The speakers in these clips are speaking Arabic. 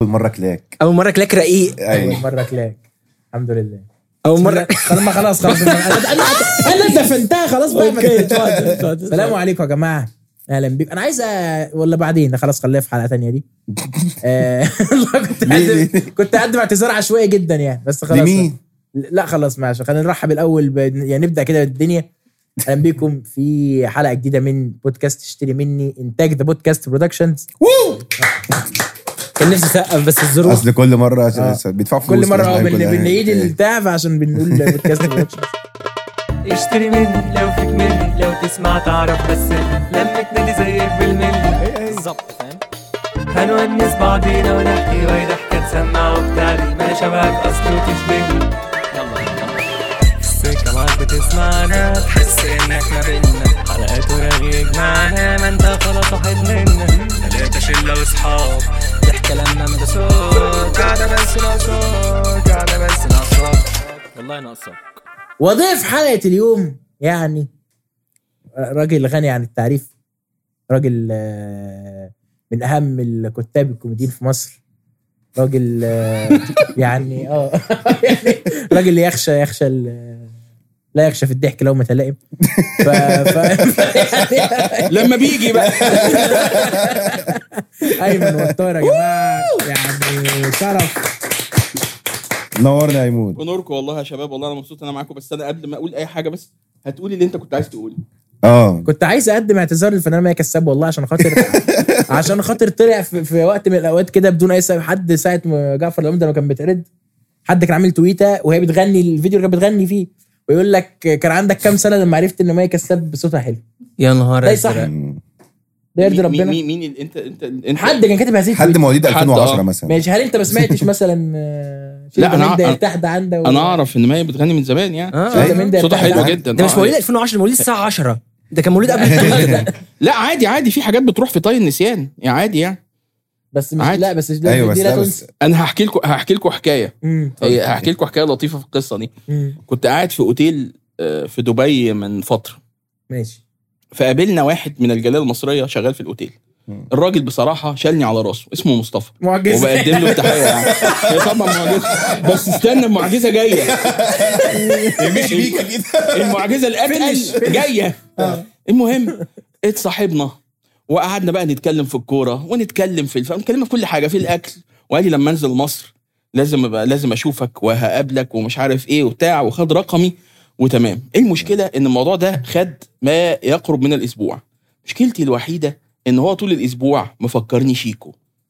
اول مره كلاك رقيق. اول مره كلاك الحمد لله. اول مره خلاص انا دفنتها خلاص بقى. السلام عليكم يا جماعه، اهلا بيكم. انا عايز ولا بعدين خلاص خليها في حلقه تانية دي. كنت اقدم اعتذار عشوائي جدا يعني، بس خلاص لا خلاص ماشي. خلينا نرحب الاول يعني نبدا كده الدنيا. اهلا بيكم في حلقه جديده من بودكاست اشتري مني، انتاج ذا بودكاست برودكشنز. كان نفسي اسقف بس الظروف، اصل كل مره بيدفعوا فلوس كل مره بنعيد البتاع عشان بنقول بودكاست برودكشنز. اشتري مني لو فيك مني، لو تسمع تعرف، بس لما تنادي زيك بالملي بالظبط فاهم. هنونس بعضينا ونحكي ويضحك تسمع وبتاعي ما شبهك اصله تشبهني. يلا السكه معاك بتسمعنا، تحس انك ما بينا حلقات ورغيك معنا، ما انت خلاص واحد منا. تلاتة شله واصحاب ضحكه لما مدسوك، قاعده بس ناقصاك، قاعده بس ناقصاك، والله ناقصاك. وضيف حلقة اليوم يعني راجل غني عن التعريف، راجل من أهم الكتاب الكوميديين في مصر، راجل يعني راجل يخشى لا يخشى في الضحك لو ما تلائم. لما بيجي بقى أيمن وطار يا جماعة، يعني شرف. نورنا يا ايمون. ونوركم والله يا شباب، والله انا مبسوط انا معاكم. بس انا قبل ما اقول اي حاجه بس هتقولي اللي انت كنت عايز تقوله. كنت عايز اقدم اعتذار للفنان مايا كساب والله، عشان خاطر طلع في وقت من الاوقات كده بدون اي سبب. حد ساعه جعفر العمدة لما كان بيتعرض، حد كان عامل تويته وهي بتغني الفيديو اللي كانت بتغني فيه، ويقول لك كان عندك كام سنه لما عرفت ان مايا كساب بصوتها حلو؟ يا نهار ده صح، ده يرضي ربنا. مين انت حد كان كاتب هذه حد مواليد 2010 مثلا. ماشي، هل انت ما سمعتش مثلا لا انا اعرف ان مايا بتغني من زمان يعني. صوتها حلو جدا. ده مش مواليد 2010، مواليد الساعه 10، ده كان مواليد قبل كده. لا عادي في حاجات بتروح في طي النسيان يعني، عادي يعني. بس مش عادي. لا بس أيوة بس انا هحكي لكم حكايه. هحكي لكم حكايه لطيفه في القصه دي. كنت قاعد في اوتيل في دبي من فتره، ماشي، فقابلنا واحد من الجاليه المصريه شغال في الاوتيل. الراجل بصراحه شالني على راسه، اسمه مصطفى، وبقدم له التحيه يعني. هي طبعا معجزه، بس استنى المعجزه جايه. مش بيك كده، المعجزه الاتقل جايه. المهم اتصاحبنا وقعدنا بقى نتكلم في الكوره ونتكلم في الفن، نتكلم في كل حاجه، في الاكل. وقال لي لما انزل مصر لازم اشوفك وهقابلك ومش عارف ايه وبتاع، وخد رقمي وتمام. المشكله ان الموضوع ده خد ما يقرب من الاسبوع. مشكلتي الوحيده ان هو طول الاسبوع مفكرني شيكو.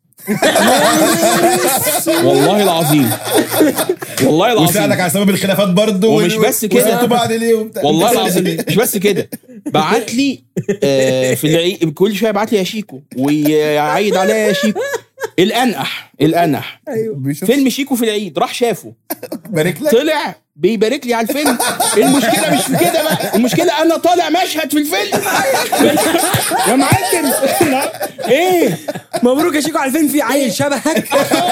والله العظيم وسألك على سبب الخلافات برضو، ومش بس كده والله العظيم مش بس كده، بعت لي في العيد كل شويه بعت لي يا شيكو ويعيد عليا يا شيكو. الانح أيوه. فيلم شيكو في العيد راح شافه، بارك لك، طلع بيبارك لي على الفيلم. المشكله مش في كده بقى، المشكله انا طالع مشهد في الفيلم. يا معلم ايه، مبروك يا شيكو على الفيلم، فيه عيل شبهك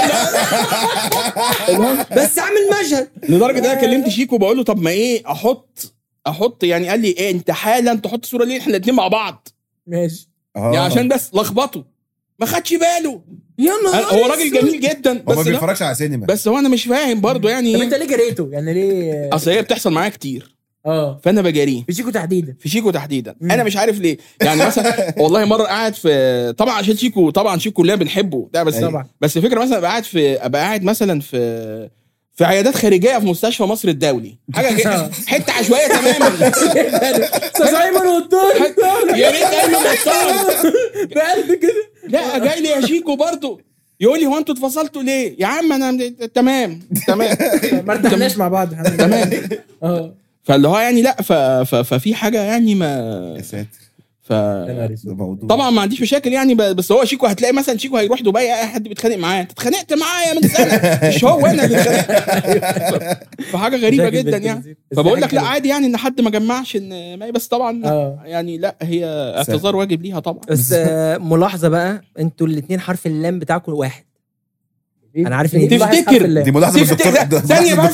بس عامل مشهد. لدرجه ان انا كلمت شيكو بقول له طب ما ايه احط يعني. قال لي ايه انت حالا تحط صوره ليه احنا الاثنين مع بعض؟ ماشي يعني عشان بس لخبطه، ما خدش باله. يا نهار، هو راجل جميل جدا بس ما بيتفرجش على سينما. بس هو انا مش فاهم برضو يعني. طب انت ليه جريته يعني؟ ليه؟ اصل هي بتحصل معايا كتير، فانا بجريه في شيكو تحديدا. انا مش عارف ليه يعني. مثلا والله مره قاعد في، طبعا عشان شيكو كلنا بنحبه ده، بس الفكره مثلا ابقى قاعد مثلا في عيادات خارجيه في مستشفى مصر الدولي، حاجه حته عشوائيه تماما. ايمن والطار يا ريت ايمن والطار بقلب كده. لا جاي لي يا شيكو برضو يقول لي هو انتوا اتفصلتوا ليه يا عم؟ انا تمام ما ارتحناش مع بعض تمام. فاللي هو يعني لا ففي حاجه يعني ما يا ساتر. طبعا ما عنديش مشاكل يعني، بس هو شيكو هتلاقي مثلا شيكو هيروح دبي اي حد بيتخانق معاه، انت اتخانقت معايا من سنه، مش هو انا اللي اتخانق. فحاجه غريبه جدا يعني. فبقول لك لا عادي يعني ان حد ما جمعش ان ما، بس طبعا يعني لا هي اعتذار واجب ليها طبعا. بس ملاحظه بقى، انتوا الاثنين حرف اللام بتاعكم واحد. انا عارف ان تفتكر دي ملاحظه ثانيه بس،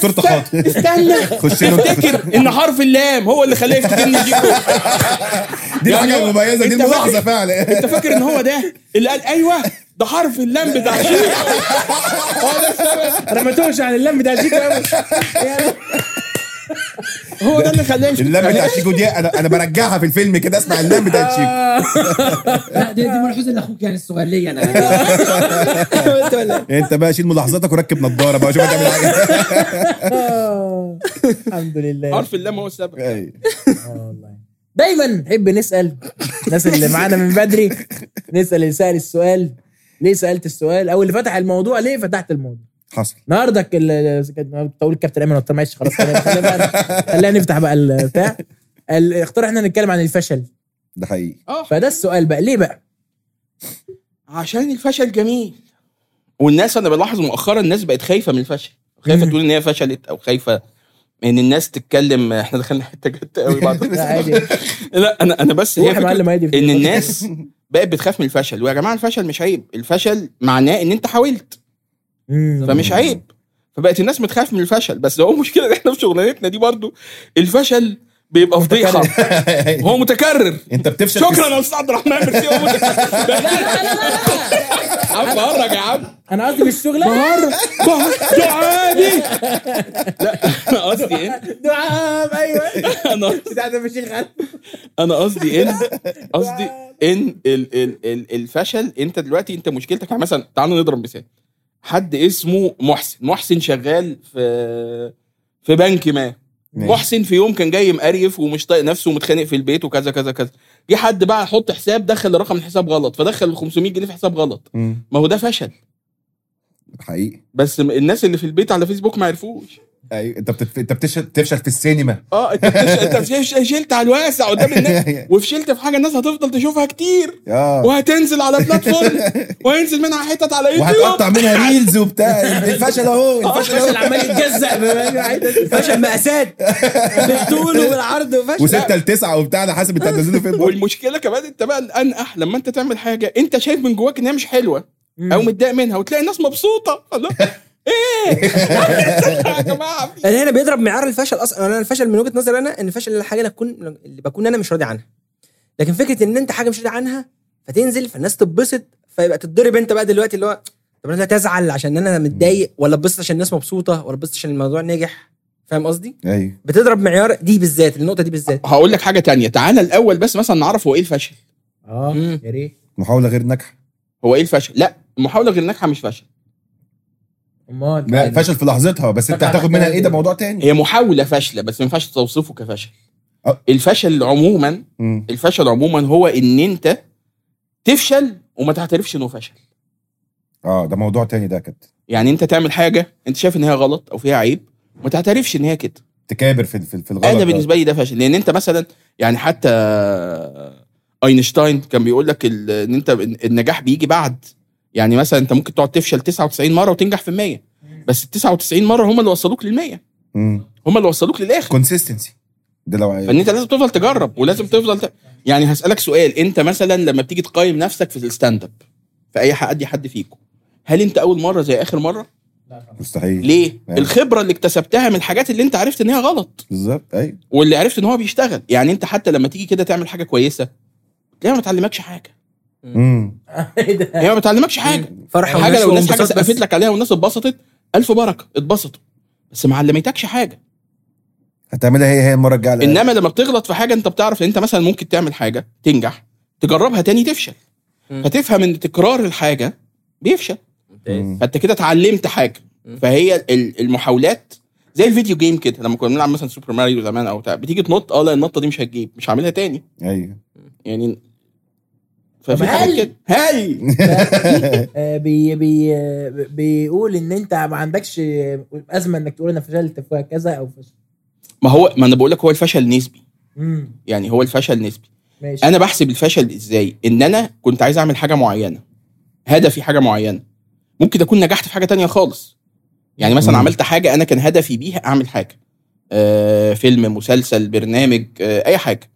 تفتكر ان حرف اللام هو اللي خلاه يفتكرني شيكو. دي حاجه مميزه، دي ملاحظه فعلا. انت فاكر ان هو ده اللي قال ايوه ده حرف اللام بتاع شيكو؟ انا ما توش عن اللم بتاع شيكو قوي. هو ده اللي خلاني اللم بتاع شيكو دي انا برجعها في الفيلم كده، اسمع اللم بتاع شيكو. لا دي ملحوظه لاخوك يعني الصغير ليا انا. انت بقى شيل ملاحظاتك وركب نظاره بقى، شوف هتعمل حاجه. الحمد لله. عارف اللم هو السبب. والله دايما نحب نسال الناس اللي معانا من بدري، نسال اللي سال السؤال ليه سالت السؤال، او اللي فتح الموضوع ليه فتحت الموضوع. حصل النهارده تقول الكابتن ايمن قلت معلش خلاص خلينا نفتح بقى البتاع. اختار احنا نتكلم عن الفشل ده حقيقي. فده السؤال بقى ليه بقى؟ عشان الفشل جميل، والناس انا بلاحظ مؤخرا الناس بقت خايفه من الفشل، خايفه تقول ان هي فشلت، او خايفه ان الناس تتكلم. احنا دخلنا حته جد قوي بعد. لا انا بس هي ان الناس بقت بتخاف من الفشل. ويا جماعه الفشل مش عيب، الفشل معناه ان انت حاولت، فمش عيب. فبقت الناس بتخاف من الفشل. بس هو مشكله احنا في شغلانتنا دي برضو الفشل بيبقى فضيحه، هو متكرر. انت بتفشل. شكرا يا استاذ عبد الرحمن، ميرسي. هو متكرر. لا بهرج يا عم، انا قصدي مش شغله بهرج ده عادي. لا انا قصدي ايه؟ دعاء. ايوه انا بتاع ده مش غلط. انا قصدي ان الفشل. انت دلوقتي انت مشكلتك يعني مثلا، تعالوا نضرب مثال. حد اسمه محسن شغال في بنك ما. محسن في يوم كان جاي مقريف ومش طايق نفسه ومتخانق في البيت وكذا كذا كذا. جه حد بقى يحط حساب، دخل رقم الحساب غلط، فدخل 500 جنيه في حساب غلط. ما هو ده فشل حقيقي. بس الناس اللي في البيت على فيسبوك ما عرفوش. ايوه انت بتفشل في السينما. انت فشلت على الواسع قدام الناس، وفشلت في حاجه الناس هتفضل تشوفها كتير، وهتنزل على بلاتفورم وهينزل منها حتت على يوتيوب وهتقطع منها ريلز وبتاع. الفشل اهو، الفشل عمال يتجزأ. الفشل مقاسات بالطول وبالعرض و6 ل9 وبتاع على حسب انت هتنزله فين. والمشكله كمان انت بقى الانقح لما انت تعمل حاجه انت شايف من جواك ان هي مش حلوه او متضايق منها، وتلاقي الناس مبسوطه. ايه يا جماعه، انا هنا بيضرب معيار الفشل اصلا. انا الفشل من وجهه نظري انا ان الفشل الحاجه اللي بكون انا مش راضي عنها. لكن فكره ان انت حاجه مش راضي عنها فتنزل فالناس تتبسط، فيبقى تتضرب انت بقى دلوقتي اللي هو طب انا تزعل عشان انا متضايق، ولا تبسط عشان الناس مبسوطه، ولا تبسط عشان الموضوع ناجح. فاهم قصدي؟ ايوه بتضرب معيار دي بالذات، النقطه دي بالذات. هقول لك حاجه تانية. تعالى الاول بس مثلا نعرف هو ايه الفشل. يا ريت. محاوله غير ناجحه. هو ايه الفشل؟ لا، المحاوله غير ناجحه مش فشل. لا فشل في لحظتها، بس انت هتاخد منها ايه؟ ده موضوع تاني. هي محاوله فاشله بس ما ينفعش توصفه كفشل. الفشل عموما هو ان انت تفشل وما تعترفش انه فشل. ده موضوع تاني ده كده. يعني انت تعمل حاجه انت شايف ان هي غلط او فيها عيب وما تعترفش ان هي كده، تكابر في الغلط. انا بالنسبه لي ده فشل. لان انت مثلا يعني حتى اينشتاين كان بيقول لك ان انت النجاح بيجي بعد، يعني مثلا انت ممكن تقعد تفشل 99 مره وتنجح في 100، بس ال 99 مره هم اللي وصلوك لل100. هم اللي وصلوك للاخر. كونسيستنسي ده لو فان انت لازم تفضل تجرب ولازم تفضل يعني هسألك سؤال. انت مثلا لما بتيجي تقيم نفسك في الستاند اب في اي حد فيكم، هل انت اول مره زي اخر مره؟ مستحيل. ليه؟ الخبره اللي اكتسبتها من الحاجات اللي انت عرفت ان هي غلط. بالظبط. ايوه. واللي عرفت ان هو بيشتغل. يعني انت حتى لما تيجي كده تعمل حاجه كويسه تلاقيها ما تعلمكش حاجه. هي ما بتعلمكش حاجه. فرحه حاجه لو الناس حاجه سقفت لك عليها والناس اتبسطت الف بركه، اتبسطوا، بس ما علمتكش حاجه هتعملها هي المره الجايه. انما لما بتغلط في حاجه انت بتعرف ان انت مثلا ممكن تعمل حاجه تنجح، تجربها تاني تفشل، فتفهم ان تكرار الحاجه بيفشل، فانت كده اتعلمت حاجه. فهي المحاولات زي الفيديو جيم كده، لما كنا بنلعب مثلا سوبر ماريو زمان او بتيجي تنط لا النطه دي مش هتجيب، مش هعملها تاني. ايوه يعني ففي حاجه كده. بيقول ان انت ما عندكش ازمه انك تقول انا فشلت في كذا او فشل. ما انا بقول لك هو الفشل نسبي. يعني هو الفشل نسبي. ماشي. انا بحسب الفشل ازاي؟ ان انا كنت عايز اعمل حاجه معينه، هدفي حاجه معينه، ممكن اكون نجحت في حاجه تانية خالص. يعني مثلا عملت حاجه انا كان هدفي بيها اعمل حاجه، فيلم، مسلسل، برنامج، اي حاجه،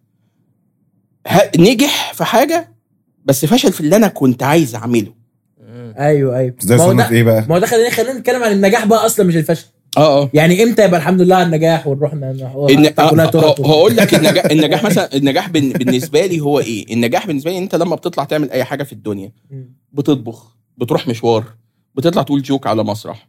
نجح في حاجه بس فشل في اللي انا كنت عايز اعمله. ايوه زي صنف ايه بقى؟ ما هو ده خلينا نتكلم عن النجاح بقى اصلا مش الفشل. يعني امتى يبقى الحمد لله على النجاح ونروحنا هقول لك النجاح مثلا، النجاح بالنسبه لي هو ايه؟ النجاح بالنسبه لي انت لما بتطلع تعمل اي حاجه في الدنيا، بتطبخ، بتروح مشوار، بتطلع تقول جوك على مسرح،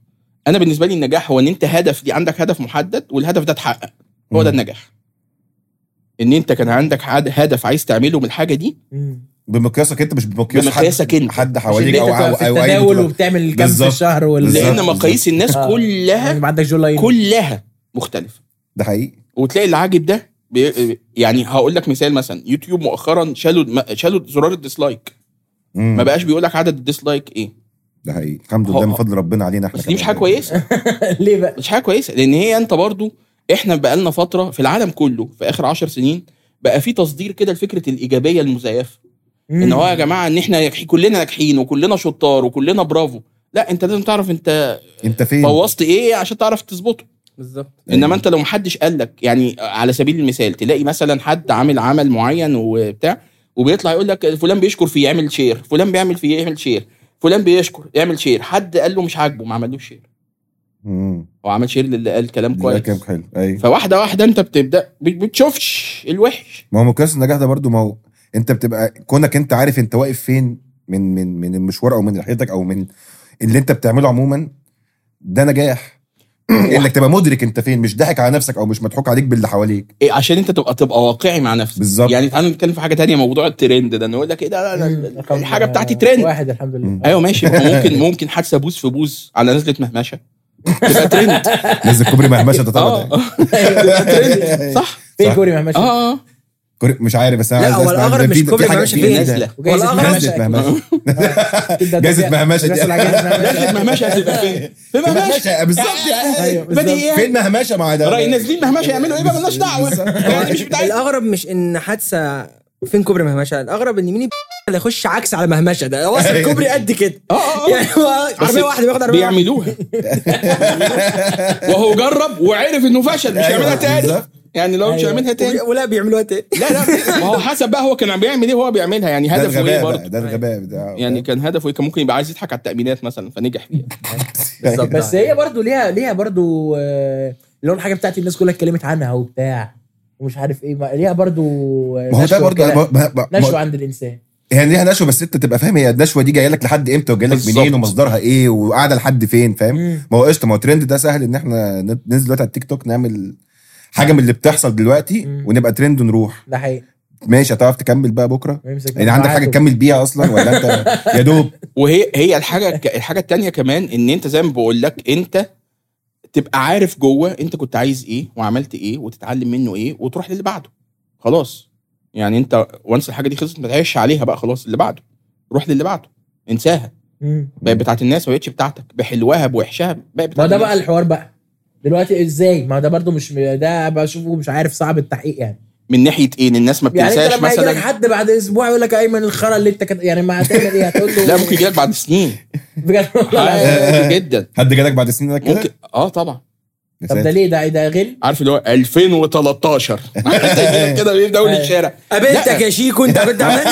انا بالنسبه لي النجاح هو ان انت هدف دي عندك هدف محدد والهدف ده اتحقق، هو ده النجاح. ان انت كان عندك هدف عايز تعمله من الحاجه دي بمقياسك انت، مش بمقياسك انت، حد حواليك او التداول وبتعمل كام في الشهر لان مقاييس الناس كلها عندك جولاين كلها مختلفه. ده حقيقي. وتلاقي العاجب ده يعني هقول لك مثال، مثلا يوتيوب مؤخرا شالوا زرار الديسلايك، ما بقاش بيقول لك عدد الديسلايك ايه. ده حقيقي، الحمد لله من فضل ربنا علينا احنا. بس دي مش حاجه كويسه. ليه بقى؟ مش حاجه كويسه لان هي انت برضو احنا بقى لنا فتره في العالم كله في اخر 10 سنين بقى في تصدير كده لفكره الايجابيه المزيفه، ان هو يا جماعه ان احنا كلنا ناجحين وكلنا شطار وكلنا برافو. لا، انت لازم تعرف انت فين بوظت ايه عشان تعرف تظبطه بالظبط. انما انت لو محدش قال لك، يعني على سبيل المثال تلاقي مثلا حد عامل عمل معين وبتاع وبيطلع يقول لك فلان بيشكر فيه يعمل شير، فلان بيعمل فيه يعمل شير، فلان بيشكر يعمل شير، حد قال له مش عاجبه ما عملوش شير، هو عمل شير للي قال كلام كويس. كلام حلو. ايوه. فواحده واحده انت بتبدا بتشوفش الوحش. ما هو مقياس النجاح ده برضو، ما هو انت بتبقى كونك انت عارف انت واقف فين من المشوار او من رحلتك او من اللي انت بتعمله عموما، ده نجاح. انك تبقى مدرك انت فين، مش ضاحك على نفسك او مش مضحوك عليك باللي حواليك. إيه عشان انت تبقى واقعي مع نفسك بالظبط. يعني تعالوا نتكلم في حاجه تانية، موضوع الترند ده، نقول لك ايه ده الحاجه بتاعتي ترند واحد الحمد لله. ايوه ماشي. ممكن حادثه بوز في بوز على نزله مهمشه تبقى ترند. نزل كوبري مهمشه تطلع تبقى ترند صح. في كوري مهمشه مش عارف بس لا هو الاغرب مش كوبري مهمشه فين نازله جايزه مهمشه جايزه مهمشه دي نازله مهمشه هتبقى فين؟ في مهمشه بالظبط. فين مهمشه مع ده راي نازلين مهمشه يعملوا ايه بقى مالناش دعوه يعني مش بتاعي. الاغرب مش ان حادثه فين كوبري مهمشه، الاغرب ان مين اللي يخش عكس على مهمشه ده، هو اصلا الكوبري قد كده يعني هو عربيه واحده بياخد عربيه بيعملوها وهو جرب وعرف انه فشل مش هيعملها تاني يعني لو مش هيعملها تاني ولا بيعملوها تاني. لا ما هو حسب بقى هو كان بيعمل ايه وهو بيعملها يعني هدفه ايه برضه. ده الغباء بتاعه يعني كان هدفه ايه، كان ممكن يبقى عايز يضحك على التأمينات مثلا فنجح فيها. بالظبط. بس هي برضو ليها برضو اللي هو الحاجه بتاعتي الناس كلها اتكلمت عنها وبتاع ومش عارف ايه، ليها برضو ما هو ده برضو نشوه عند الانسان يعني ليها نشوه، بس انت تبقى فاهم هي النشوه دي جايه لك لحد امتى وجايه لك منين ومصدرها ايه وقاعده لحد فين، فاهم؟ ما هو قشطه، ما هو ترند ده سهل ان احنا ننزل دلوقتي على التيك توك نعمل حاجه من اللي بتحصل دلوقتي ونبقى ترند ونروح. ده حقيقي. ماشي، هتعرف تكمل بقى بكره يعني عندك حاجه تكمل بيها اصلا ولا انت يا دوب؟ وهي الحاجه التانية كمان ان انت زي ما بقول لك انت تبقى عارف جوه انت كنت عايز ايه وعملت ايه وتتعلم منه ايه وتروح للي بعده. خلاص يعني انت وانس الحاجه دي خلصت ما تعيش عليها بقى، خلاص اللي بعده روح للي بعده انساها. بقت بتاعت الناس ما بقتش بتاعتك، بحلوها بوحشها بقت بتاعت ده بقى الحوار بقى دلوقتي ازاي. ما ده برضو مش ده بشوفه مش عارف صعب التحقيق يعني من ناحيه ايه ان الناس ما بتنساش يعني انت لما مثلا. يجي لك حد بعد اسبوع يقول لك ايمن الخرا اللي انت يعني ما هتعمل ايه هتقول له لا ممكن يجي لك بعد سنين بجد جدا. حد جالك بعد سنين كده ممكن طبعا. طب ده ليه ده غير عارف اللي هو 2013 كده بيبدا اول الشارع قابلتك يا شيكو انت كنت عامل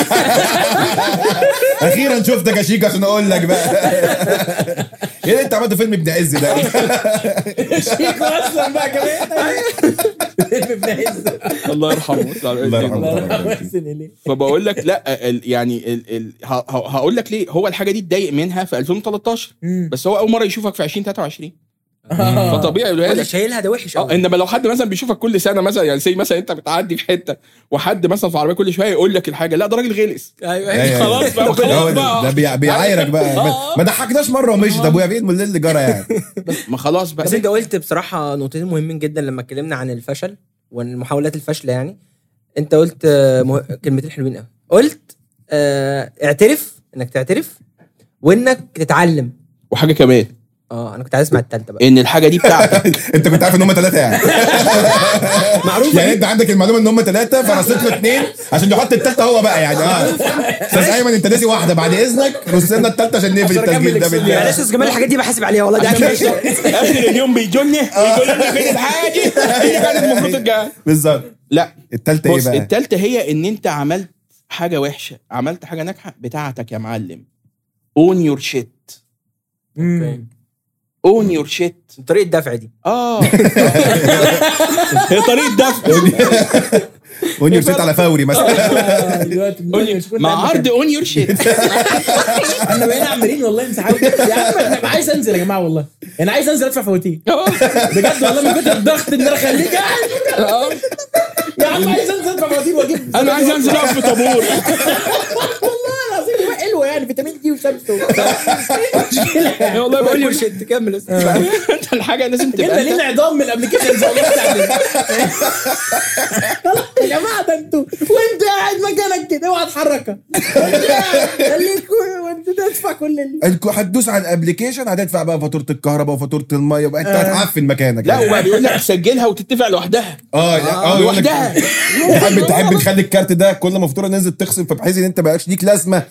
اخيرا شفتك يا شيكو عشان اقول لك بقى ايه انت عملت فيلم ابن عز ده شيكو اصلا بقى كمان ابن عز الله يرحمه. الله يرحمه. فبقول لك لا يعني هقول لك ليه هو الحاجه دي اتضايق منها في 2013 بس هو اول مره يشوفك في 2023 فطبيعي ولا شايلها ده وحش قوي. انما لو حد مثلا بيشوفك كل سنه مثلا يعني زي مثلا انت بتعدي في حته وحد مثلا في عربيه كل شويه يقول لك الحاجه لا ده راجل غلس. ايوه خلاص بقى ده بيعايرك بقى ما ضحكناش مره ومشي. طب ويا بين اللي جرى يعني ما خلاص بقى. بس انت قلت بصراحه نقطتين مهمين جدا لما اتكلمنا عن الفشل والمحاولات الفاشله. يعني انت قلت كلمتين حلوين قوي. قلت اعترف انك تعترف وانك تتعلم. وحاجه كمان انا كنت عايز اسمع الثالثه بقى ان الحاجه دي بتاعتك. انت كنت عارف ان هم 3 يعني معروف يعني انت عندك المعلومه ان هم 3 فرصت له 2 عشان يحط الثالثه هو بقى يعني استاذ ايمن انت ناسي واحده بعد اذنك رص لنا الثالثه عشان نقفل التسجيل ده بالله. معلش يا جماعه الحاجات دي بحاسب عليها والله. ده اخر اليوم بيجني ويقول لنا فين الحاجه هي كانت المفروض ترجع بالظبط. لا الثالثه ايه بقى؟ الثالثه هي ان انت عملت حاجه وحشه عملت حاجه ناجحه بتاعتك يا معلم. own your shit. own your shit. طريقه الدفع دي هي طريقه دفع اونيور شيت على فوري مثلا. دلوقتي مع عرض اون يور شيت. احنا بقينا عاملين والله انسحاب يا عم. انا عايز انزل يا جماعه والله، انا عايز انزل ادفع فواتير بجد والله، من كتر الضغط ان انا اخليك قاعد يا عم عايز انزل ادفع فواتير واجيب. انا عايز انزل اقف في طابور. والله العظيم حلوه يعني، فيتامين دي وشمس مشكله والله بقول بقول لي شيت كمل. انت الحاجه لازم جبنا تبقى ليه انعدام من الابلكيشنز والله بتاعتنا. يا جماعه ده انتوا وانت قاعد مكانك كده اوعى تتحرك، خليك وانت تدفع كل هتدوس على الابلكيشن هتدفع بقى فاتوره الكهرباء وفاتوره الميه وبقى انت هتعفن مكانك. لا وبقى بيقول لك سجلها وتدفع لوحدها. لوحدها. بتحب نخلي الكارت ده كل ما فاتوره ننزل تخصم، فبحيث ان انت بقاش ليك لازمه.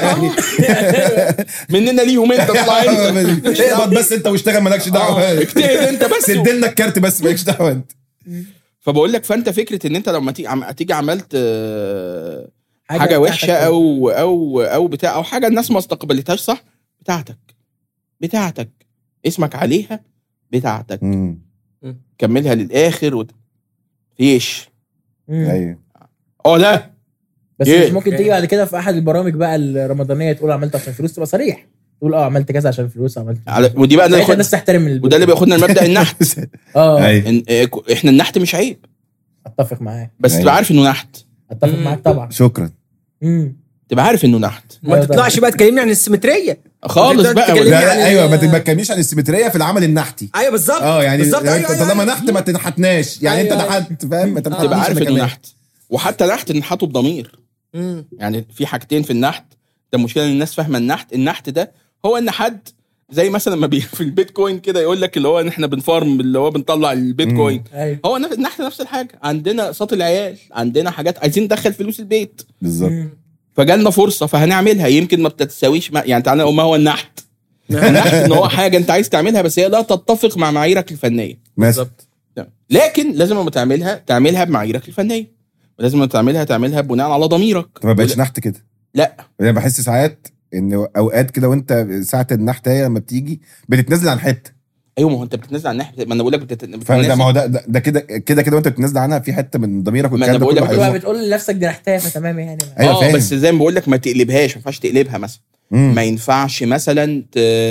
مننا ليهم انت طلع انت اقعد بس انت واشتغل مالكش دعوه. اجتهد انت بس. سد لنا الكارت بس مالكش دعوه انت. فبقول لك فانت فكره ان انت لما تيجي عملت حاجه وحشه او بتاع او حاجه الناس ما استقبلتهاش صح، بتاعتك اسمك عليها بتاعتك، كملها للاخر فيش. ايوه لا بس مش ممكن تيجي بعد كده في احد البرامج بقى الرمضانيه تقول عملت عشان فلوس، تبقى صريح تقول عملت كذا عشان فلوس عملت. ودي بقى الناس تحترم وده اللي بياخدنا المبدا النحت. احنا النحت مش عيب، اتفق معاك، بس تبقى عارف انه نحت. اتفق معاك طبعا. شكرا. تبقى عارف انه نحت، ما تطلعش بقى تكلمني عن السيمتريه خالص بقى. ايوه ما تتكلميش عن السيمتريه في العمل النحتي. ايوه بالظبط. يعني بالظبط. طالما نحت ما تنحتناش يعني. انت نحت فاهم، تبقى عارف انه نحت. وحتى نحت نحته بضمير. يعني في حاجتين في النحت. ده المشكله ان الناس فاهمه النحت ده هو ان حد زي مثلا لما في البيتكوين كده يقول لك اللي هو ان احنا بنفارم اللي هو بنطلع البيتكوين. هو النحت نفس الحاجه. عندنا صوت العيال، عندنا حاجات عايزين ندخل فلوس البيت بالظبط، فجالنا فرصه فهنعملها. يمكن ما بتتساويش يعني تعالى ما هو النحت ان هو حاجه انت عايز تعملها بس هي لا تتفق مع معاييرك الفنيه. بالظبط. لكن لازم لما تعملها بمعاييرك الفنيه، ولازم تعملها بناء على ضميرك. ما بقتش نحت كده. لا انا بحس ساعات ان اوقات كده وانت ساعه النحت هي لما بتيجي بتتنزل عن حته. ايوه ما هو انت بتتنزل عن ناحيه، ما انا بقول لك بتتنزل. ما هو ده كده وانت بتتنزل عنها في حته من ضميرك والكلام ده كله. بتقول لنفسك دي نحتها فتمام يعني. ايوه بس زي ما بقول لك ما تقلبهاش، ما ينفعش تقلبها مثلا. ما ينفعش مثلا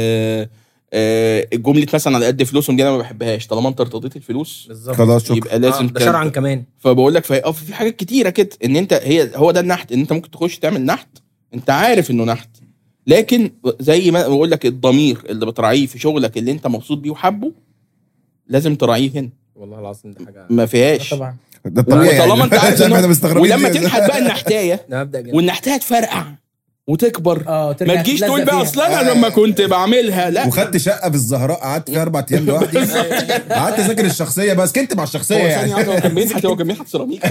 جمله مثلا على قد فلوسهم دي انا ما بحبهاش. طالما انت ارتضيت الفلوس خلاص شكرا، يبقى لازم ده شرعا كمان. فبقول لك في حاجات كتيره كده ان انت هو ده النحت. ان انت ممكن تخش تعمل نحت انت عارف انه نحت، لكن زي ما بقول لك الضمير اللي بتراعيه في شغلك اللي انت مبسوط بيه وحبه لازم تراعيه هنا. والله العظيم ده حاجه ما فيهاش طبعا. ده الطبيعي طالما يعني. انت عارف ولما تنحت بقى النحتايه والنحتايه تفرقع وتكبر ما تجيش تقول بقى اصلا انا لما كنت بعملها. لا وخدت شقه في الزهراء قعدت فيها 4 ايام لوحدي، قعدت اذاكر الشخصيه بس كنت مع الشخصيه يعني. هو كان بينحت سيراميك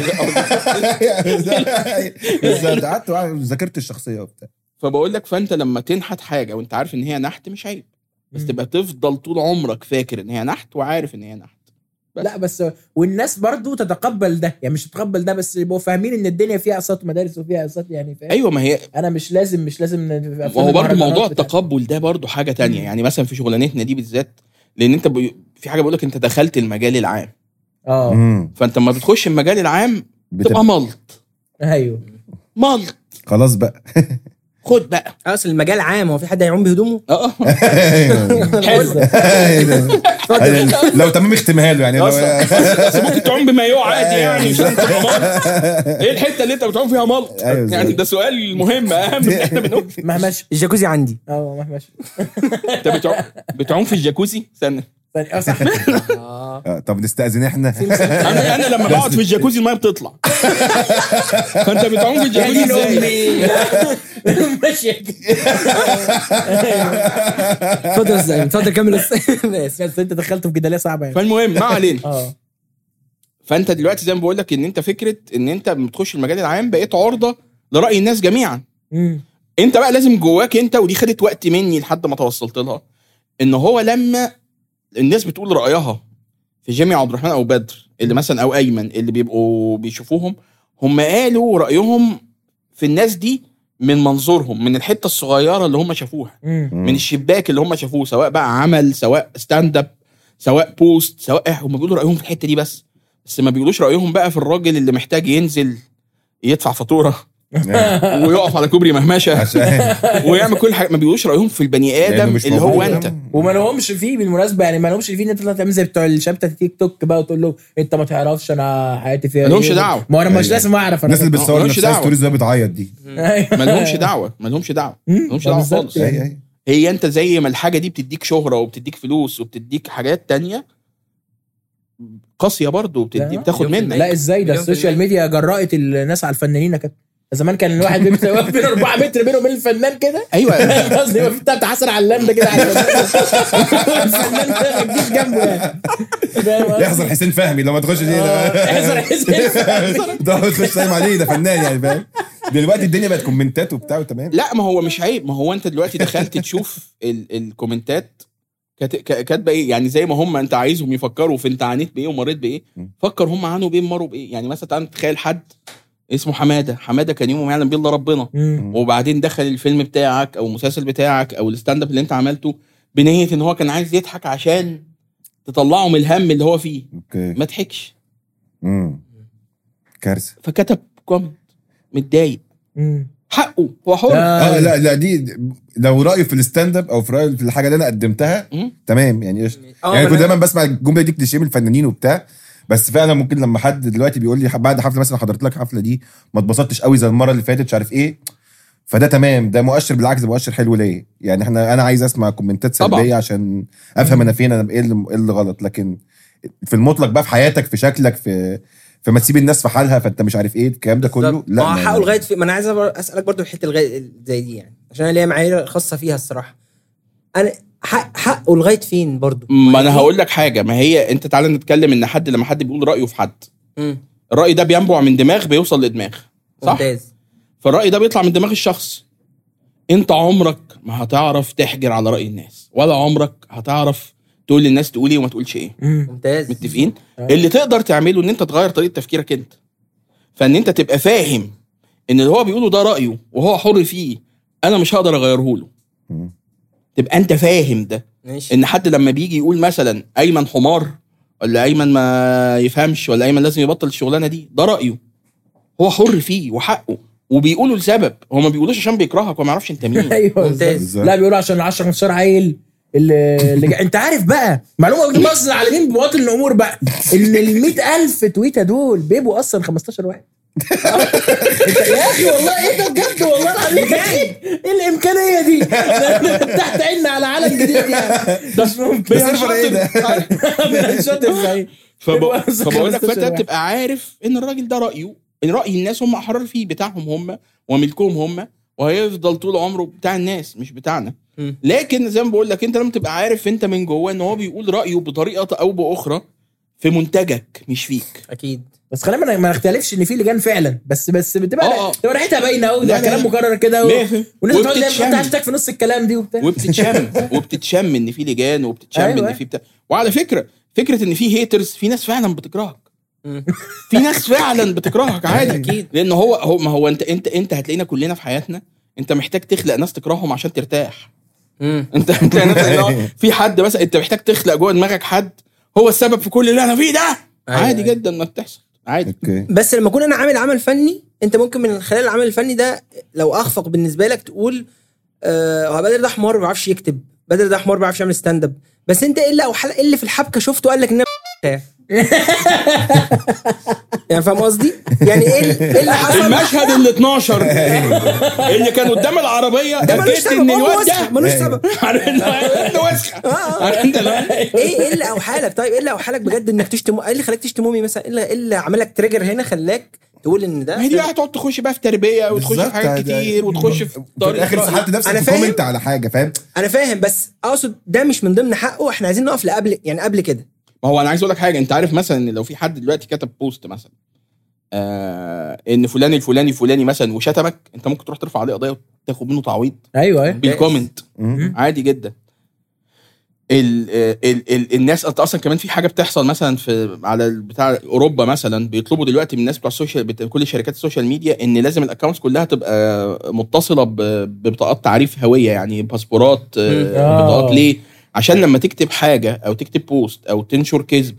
بالظبط. قعدت ذاكرت الشخصيه وبتاع. فبقول لك فانت لما تنحت حاجه وانت عارف ان هي نحت مش عيب، بس تبقى تفضل طول عمرك فاكر ان هي نحت وعارف ان هي نحت. لا بس والناس برضو تتقبل ده، يعني مش تتقبل ده بس يبقوا فاهمين ان الدنيا فيها اقساط ومدارس وفيها اقساط يعني فاهم. ايوه ما هي انا مش لازم هو برضو موضوع التقبل ده برضو حاجه تانية. يعني مثلا في شغلانتنا دي بالذات لان انت في حاجه بقول لك انت دخلت المجال العام. فانت لما بتخش المجال العام تبقى ملط. ايوه ملط خلاص بقى. خد بقى اصل المجال عام، هو في حد هيعوم بهدومه؟ حلو. لو تمام اختمها له يعني. ممكن تعوم بمايو عادي يعني. مش انت ايه الحته اللي انت بتعوم فيها ملط يعني؟ ده سؤال مهم اهم من احنا بنقول. مهمش الجاكوزي عندي. مهمش. انت بتعوم في الجاكوزي ثانيه صح. طب نستأذن احنا. انا لما بقعد في الجاكوزي الميه بتطلع. فانت بتعوم في الجاكوزي ازاي؟ ماشي. اتفضل كمل. بس انت دخلته في جداليه صعبه يعني. فالمهم ما علينا. فانت دلوقتي زي ما بقول لك ان انت فكره ان انت بتخش المجال العام بقيت عرضه لراي الناس جميعا. انت بقى لازم جواك انت، ودي خدت وقت مني لحد ما توصلت لها، ان هو لما الناس بتقول رأيها في جيمي عبد الرحمن او بدر اللي مثلا او ايمن اللي بيبقوا بيشوفوهم، هم قالوا رأيهم في الناس دي من منظورهم، من الحتة الصغيرة اللي هم شافوها، من الشباك اللي هم شافوه، سواء بقى عمل، سواء ستاند اب، سواء بوست، سواء هم بيقولوا رأيهم في الحتة دي بس بس ما بيقولوش رايهم بقى في الراجل اللي محتاج ينزل يدفع فاتوره ويقف على كوبري مهمشه ويعمل كل حاجه. ما بيقولوش رايهم في البني ادم اللي هو انت. وما لهمش فيه بالمناسبه، يعني ما لهمش فيه ان انت تطلع تعمل زي بتوع الشباب بتاع تيك توك بقى وتقول له انت ما تعرفش انا حياتي فيها ما لهمش دعوه. ما انا مش لازم اعرف. الناس اللي بتصور مالهمش نفسها دعوة. ستوريز وهي بتعيط دي ما لهمش دعوه، ما لهمش دعوه، ما لهمش دعوه خالص. هي انت زي ما الحاجه دي بتديك شهره وبتديك فلوس وبتديك حاجات تانية قاسيه برضو بتاخد منك. لا ازاي ده السوشيال ميديا جرأت الناس على الفنانين كده. زمان كان الواحد بين 4 متر بينه وبين الفنان كده. ايوه قصدي ما في بتاع حسن علام ده كده على الفنان ده ما تجيش جنبه يعني. يحصل حسين فهمي لما تخش دي يحصل حسين فهمي ده تخش سايم عليه ده فنان يعني فاهم. دلوقتي الدنيا بقت كومنتات وبتاع وتمام. لا ما هو مش عيب. ما هو انت دلوقتي دخلت تشوف الكومنتات كاتبه ايه. يعني زي ما هم انت عايزهم يفكروا في انت عانيت بايه ومريت بايه، فكر هم عانوا بايه مروا بايه. يعني مثلا تعال تخيل حد اسمه حماده كان يوم ما يعلم بالله ربنا، وبعدين دخل الفيلم بتاعك او المسلسل بتاعك او الستاند اب اللي انت عملته بنيه ان هو كان عايز يضحك عشان تطلعه من الهم اللي هو فيه. اوكي. ما ضحكش، كارثه. فكتب كومنت متضايق. حقه هو حر. لا دي لو رايه في الستاند اب او في رايه في الحاجه اللي انا قدمتها تمام يعني قشطه. يعني كنت دايما بسمع الجمله دي كليشيه من الفنانين وبتاع، بس فعلا ممكن لما حد دلوقتي بيقول لي بعد حفله مثلا حضرت لك حفله دي ما اتبسطتش قوي زي المره اللي فاتت مش عارف ايه، فده تمام، ده مؤشر، بالعكس ده مؤشر حلو ليه. يعني انا عايز اسمع كومنتات سلبيه طبعا عشان افهم انا فين، انا ايه اللي غلط. لكن في المطلق بقى في حياتك في شكلك فما تسيب الناس في حالها فانت مش عارف ايه الكلام ده كله. لا ما حقه لغايه ما انا عايز اسالك برضو الحته لغايه زي دي، يعني عشان انا ليا معايير خاصه فيها الصراحه. انا حقه لغايه فين برضو؟ ما انا هقول لك حاجه. ما هي انت تعالى نتكلم ان حد لما حد بيقول رايه في حد، الراي ده بينبع من دماغ بيوصل لدماغ، صح؟ ممتاز. فالراي ده بيطلع من دماغ الشخص. انت عمرك ما هتعرف تحجر على راي الناس، ولا عمرك هتعرف تقول للناس تقول ايه وما تقولش ايه. ممتاز. متفقين؟ اللي تقدر تعمله ان انت تغير طريقه تفكيرك انت، فان انت تبقى فاهم ان اللي هو بيقوله ده رايه وهو حر فيه، انا مش هقدر اغيره له. تبقى انت فاهم ده ماشي. ان حد لما بيجي يقول مثلا ايمن حمار ولا ايمن ما يفهمش ولا ايمن لازم يبطل الشغلانه دي، ده رايه هو حر فيه وحقه، وبيقولوا لسبب. هو ما بيقولوش عشان بيكرهك وما يعرفش انت مين. ايوه لا بيقولوا عشان 10 15 عيل اللي انت عارف بقى معلومه بس على مين بواطن الامور بقى ان ال 100,000 تويته دول بيبقوا اصلا 15 واحد. يا اخي والله ايه ده بجد والله العظيم ايه الامكانيه دي تحت عيننا على عالم جديد يعني. ده بيصير ايه ده شاطر. فبقول لك فانت بتبقى عارف ان الراجل ده رايه، ان راي الناس هم احرار فيه، بتاعهم هم وملكهم هم، وهيفضل طول عمره بتاع الناس مش بتاعنا. لكن زي ما بقول لك انت لما تبقى عارف انت من جوه ان هو بيقول رايه بطريقه او باخرى في منتجك مش فيك. اكيد. بس خلينا ما نختلفش ان في لجان فعلا، بس بتبقى ريحتها باينه قوي، ده كلام مكرر كده والناس بتقعد تحط هاشتاج في نص الكلام دي وبتاع، وبتتشم ان في لجان، وبتتشم ان في بتاع. وعلى فكره ان في هيترز، في ناس فعلا بتكرهك. في ناس فعلا بتكرهك عادي اكيد، لان هو ما هو انت هتلاقينا كلنا في حياتنا انت محتاج تخلق ناس تكرههم عشان ترتاح. انت في حد مثلا انت محتاج تخلق جوه دماغك حد هو السبب في كل اللي انا فيه ده. عادي جدا ما بتحصل عادي. بس لما اكون انا عامل فني، انت ممكن من خلال العمل الفني ده لو اخفق بالنسبه لك تقول بدر ده حمار ما بيعرفش يكتب، بدر ده حمار ما بيعرفش يعمل ستاند اب، بس انت ايه اللي في الحبكه شفته قال لك ان يعني فاهم قصدي؟ يعني ايه اللي حصل؟ المشهد ال 12 اللي كان قدام العربيه اكدت ان الواد ده ملوش سبب. ايه اللي اوحالك؟ طيب ايه اللي اوحالك بجد انك تشتم؟ ايه اللي خلاك تشتم امي مثلا؟ ايه اللي عملك تريجر هنا خلاك تقول ان ده؟ ما هي دي بقى هتقعد تخش بقى في تربيه وتخش في حاجات كتير وتخش في طريقه اخر سحبت نفسك في كومنت على حاجه. فاهم؟ انا فاهم، بس اقصد ده مش من ضمن حقه. احنا عايزين نقف قبل كده. ما هو انا عايز اقول لك حاجه. انت عارف مثلا ان لو في حد دلوقتي كتب بوست مثلا ان فلان الفلاني مثلا وشتمك، انت ممكن تروح ترفع عليه قضيه وتاخد منه تعويض. ايوه بالكومنت عادي جدا. الناس انت اصلا كمان في حاجه بتحصل مثلا في على بتاع اوروبا مثلا، بيطلبوا دلوقتي من الناس بتوع السوشيال، كل شركات السوشيال ميديا، ان لازم الاكونتس كلها تبقى متصله ببطاقات تعريف هويه، يعني باسبورات بطاقات. ليه؟ عشان لما تكتب حاجه او تكتب بوست او تنشر كذبه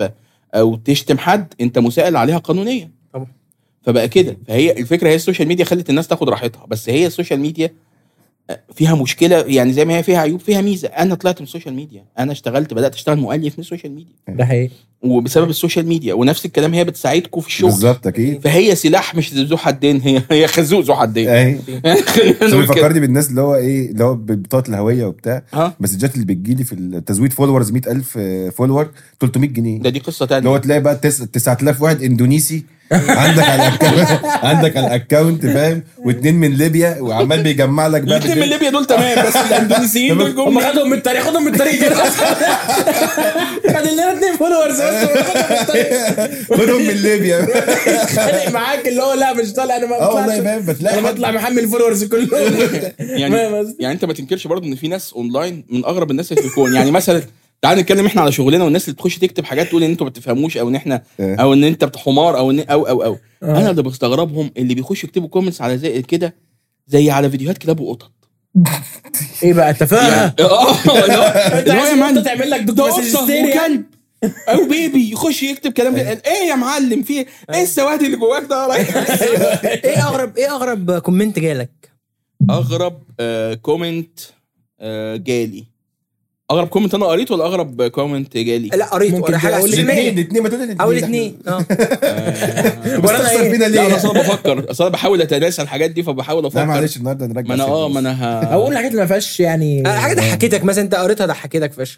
او تشتم حد انت مسائل عليها قانونيا طبعا. فبقى كده. فهي الفكره هي السوشيال ميديا خلت الناس تاخد راحتها، بس هي السوشيال ميديا فيها مشكله، يعني زي ما هي فيها عيوب فيها ميزه. انا طلعت من السوشيال ميديا، انا بدات اشتغل مؤلف من السوشيال ميديا، ده حقيقي. وبسبب السوشيال ميديا. ونفس الكلام هي بتساعدكم في الشغل بالظبط اكيد. فهي سلاح مش ذو حدين، هي خازوق ذو حدين. اي خلينا بس نقول كده. بيفكرني بالناس اللي هو ايه، اللي هو ببطاقه الهويه وبتاع، مسجات اللي بتجيلي في التزويد فولورز 100,000 فولور 300 جنيه. دي قصه اللي تانية. هو تلاقي بقى 9000 واحد اندونيسي عندك على عندك على الاكونت فاهم، واثنين من ليبيا، وعمال بيجمع لك بقى الاثنين من ليبيا دول تمام، بس الاندونيسيين دول هم جم خدهم من الطريق، خدهم من الطريق كده. خد لنا 2 فولورز بس، خدهم من ليبيا. خانق معاك اللي هو لا مش طالع، انا ما والله بطلعش، فاهم. بتلاقي انا بطلع محمل فولورز كلهم. يعني انت ما تنكرش برضه ان في ناس اونلاين من اغرب الناس اللي في الكون. يعني مثلا تعال نتكلم احنا على شغلنا، والناس اللي تخش تكتب حاجات تقول ان انتوا ما بتفهموش، او ان احنا او ان انت حمار، او او انا اللي بستغربهم اللي بيخشوا يكتبوا كومنتس على زي كده، زي على فيديوهات كلاب وقطط. ايه بقى التفاهه؟ انت عايز انت تعمل لك دوكيومنتري وكلب او بيبي يخش يكتب كلام كده. ايه يا معلم، في ايه السواد اللي جواك ده؟ ايه اغرب كومنت جالك؟ اغرب كومنت جالي. اغرب كومنت انا قريته ولا اغرب كومنت جالي؟ لا قريته ولا حاجه. الاثنين ما تقول او الاثنين. بتستخسر فينا لا ليه؟ انا بفكر اصلا بحاول اتناسى الحاجات دي، فبحاول افكر. لا معلش النهارده نرجع. ما انا اقول الحاجات اللي ما فيهاش يعني حاجه ضحكتك مثلا، انت قريتها ضحكتك فشخ.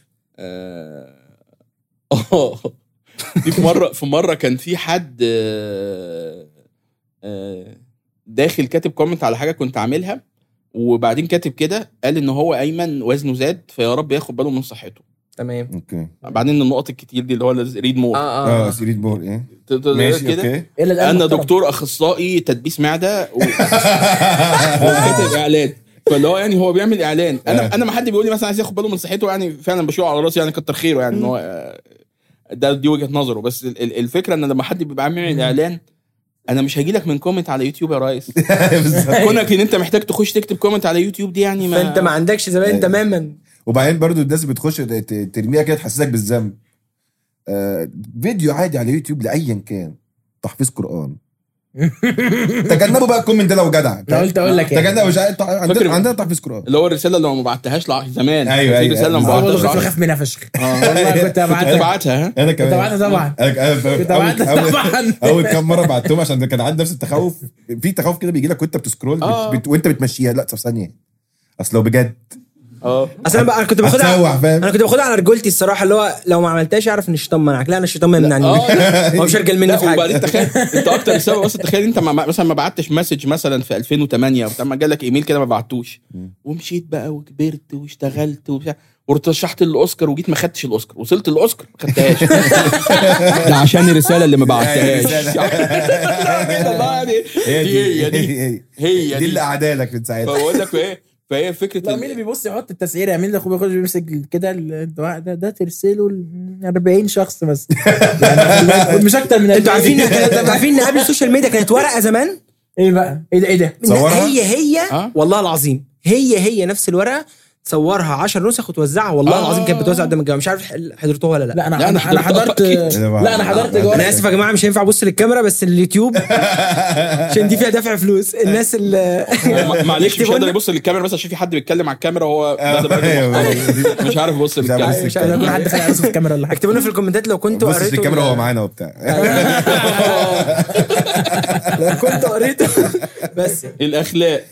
دي في مره كان في حد داخل كاتب كومنت على حاجه كنت عاملها، وبعدين كاتب كده قال ان هو ايمن وزنه زاد، فيا رب ياخد باله من صحته. تمام. اوكي. بعدين النقط الكتير دي اللي هو ريد مور. سيريد مور ايه ماشي كده. انا دكتور اخصائي تدبيس معده وكاتب اعلان. فاللي هو يعني هو بيعمل اعلان. انا ما حد بيقول لي مثلا عايز ياخد باله من صحته، يعني فعلا بشوع على راسي، يعني كتر خيره يعني ان هو دي وجهه نظره. بس الفكره ان لما حد بيبقى عامل اعلان، انا مش هاجي لك من كومنت على يوتيوب يا ريس. كونك ان انت محتاج تخش تكتب كومنت على يوتيوب دي يعني ما فانت ما عندكش زباين تماما. وبعدين برضو الناس بتخش ترميها كده تحسسك بالذنب. فيديو عادي على يوتيوب لايا كان تحفيظ قرآن، تجنبوا بقى الكومنت ده لو جدع. انا قلت اقول لك تجنبوا. مش عندنا تحفيظ قرآن اللي هو الرساله اللي ما بعتهاش زمان. ايوه الرساله ما والله بعتهاش. كنت بخاف منها فشخ. والله كنت بعتها. انا كمان كنت بعتها طبعا. كنت بعتها طبعا. اول كام مره بعتهم عشان كان عندي نفس التخوف. في تخوف كده بيجي لك وانت بتسكرول وانت بتمشيها. لا ثانيه، اصل لو بجد اصل انا كنت باخدها على رجولتي الصراحه، اللي هو لو ما عملتهاش اعرف ان الشيطان منعك. لا انا الشيطان ما يمنعني. هو مش هرجل مني في حاجه. وبعدين تخيل انت اكتر سبب. بس تخيل انت مثلا ما بعتش مسج مثلا في 2008 وبتاع، ما جالك ايميل كده ما بعتوش، ومشيت بقى وكبرت واشتغلت وبتاع، ورشحت للاوسكار وجيت ما خدتش الاوسكار، وصلت للاوسكار ما خدتهاش. ده عشان الرساله اللي ما بعتهاش. هي دي اللي قعدالك من ساعتها. بقول لك ايه، فهي فكره لا مين اللي بيبص يحط التسعير؟ يعمل لي اخويا يخش بيمسك كده ده ترسله ل 40 شخص بس، يعني مش اكتر من. انتوا عارفين ان قبل السوشيال ميديا كانت ورقه زمان. ايه بقى؟ ايه ده هي والله العظيم هي نفس الورقه، تصورها 10 نسخ وتوزعها. والله العظيم كانت بتوزع قدام الجامعه. مش عارف حضرتوها ولا لا. لا انا حضرت. لا انا حضرت. انا اسف يا جماعه مش هينفع ابص للكاميرا، بس اليوتيوب عشان دي فيها دفع فلوس. الناس اللي معلش مش قادر يبص للكاميرا، بس عشان في حد بيتكلم على الكاميرا وهو مش عارف يبص للكاميرا. مش عارف حد خلق راسه في الكاميرا ولا حاجه. اكتبوا لنا في الكومنتات لو كنتوا قريتوا الكاميرا وهو معانا وبتاع. لو كنتوا قريتوا بس الاخلاق.